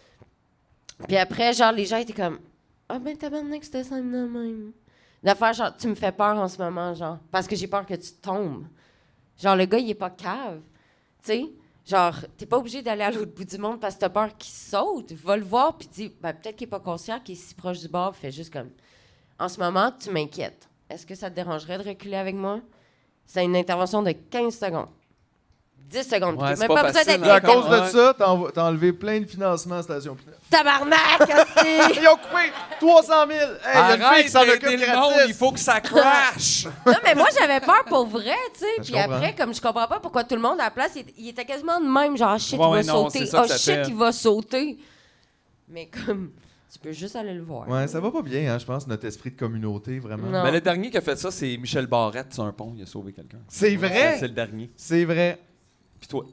Puis après, genre, les gens étaient comme « Ah ben, tabarnak, c'était ça de même. » D'affaire, genre, tu me fais peur en ce moment, genre, parce que j'ai peur que tu tombes. Genre, le gars, il est pas cave. Tu sais? Genre, t'es pas obligé d'aller à l'autre bout du monde parce que t'as peur qu'il saute. Va le voir, puis dis, ben, peut-être qu'il est pas conscient, qu'il est si proche du bord, fait juste comme. En ce moment, tu m'inquiètes. Est-ce que ça te dérangerait de reculer avec moi? C'est une intervention de quinze secondes. dix secondes. Ouais, T'as c'est même pas pas besoin facile, d'être à hein, cause de Ouais. ça, t'as envo- t'as enlevé plein de financements à Station Pinot. Tabarnak! hostie! Ils ont coupé trois cent mille! Hey, il y a une fille Arrête qui s'en d'aider occupe le monde, gratis! il faut que ça crash! Non, mais moi, j'avais peur pour vrai, tu sais. Je Puis comprends. après, comme je comprends pas pourquoi tout le monde à la place, il, il était quasiment de même, genre, shit, Ouais, il va ouais, non, sauter. c'est ça que Oh, ça shit, fait. il va sauter. Mais comme, tu peux juste aller le voir. Ouais, ça va pas bien, hein, je pense, notre esprit de communauté, vraiment. Non. Ben, le dernier qui a fait ça, c'est Michel Barrette sur un pont. Il a sauvé quelqu'un. C'est vrai? C'est le dernier. C'est vrai. Puis toi.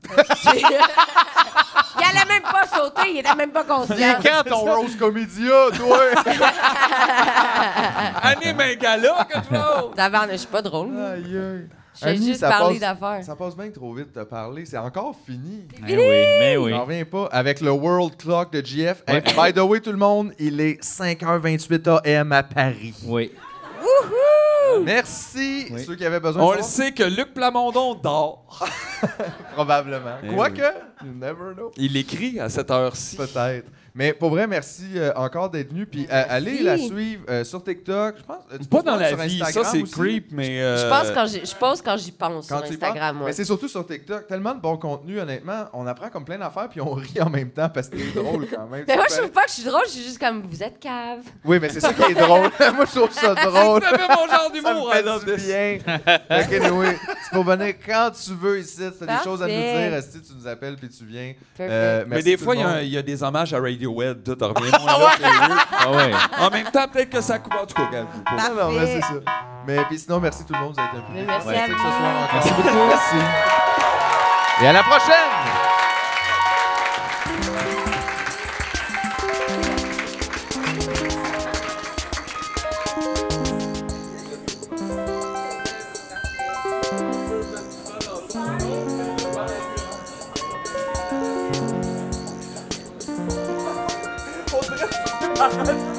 Il allait même pas sauter, il était même pas Il est conscient. quand ton Rose Comédia, toi? Anime un gala, quelque chose! Tabarnak, je suis pas drôle. moi. Aïe, aïe. Je vais Annie, juste ça parler passe- d'affaires. Ça passe bien trop vite de te parler. C'est encore fini. Mais oui, mais oui. J'en reviens pas. Avec le World Clock de G F. Ouais. Hey, by the way, tout le monde, il est cinq heures vingt-huit A M à Paris. Oui. Merci, Oui. ceux qui avaient besoin On de le savoir. sait que Luc Plamondon dort. Probablement. Eh Quoique, you never know. Il écrit à cette heure-ci. Peut-être. Mais pour vrai, merci euh, encore d'être venu. Puis euh, allez la suivre euh, sur TikTok. Je pense. euh, tu Pas postes dans la sur vie, ça Instagram c'est aussi? creep, mais. euh, Je pense quand j'y- je pose quand j'y pense Quand sur tu y Instagram, penses. moi. Mais c'est surtout sur TikTok. Tellement de bon contenu, honnêtement. On apprend comme plein d'affaires, puis on rit en même temps parce que c'est drôle quand même. Mais moi, je C'est trouve pas que je suis drôle, je suis juste comme, vous êtes cave. Oui, mais c'est ça qui est drôle. Moi, je trouve ça drôle. Ça fait mon genre Ça me d'humour, I fait love du this. bien. Fait que, anyway, tu peux venir quand tu veux ici. Si t'as des Parfait. choses à nous dire, si tu nous appelles puis tu viens. Perfect. Euh, Mais merci des tout fois, le il y, a monde. un- il y a des hommages à Radiohead, tout revient moins là, c'est weird. Ah ouais. En même temps, peut-être que ça coupe. En tout cas, regarde, je vous pose. Non, non, mais c'est Parfait. ça. Mais puis sinon, merci tout le monde. Vous avez été un peu Mais merci à fantastique vous. ce soir encore. Merci beaucoup. Merci. Et à la prochaine! Faudrait-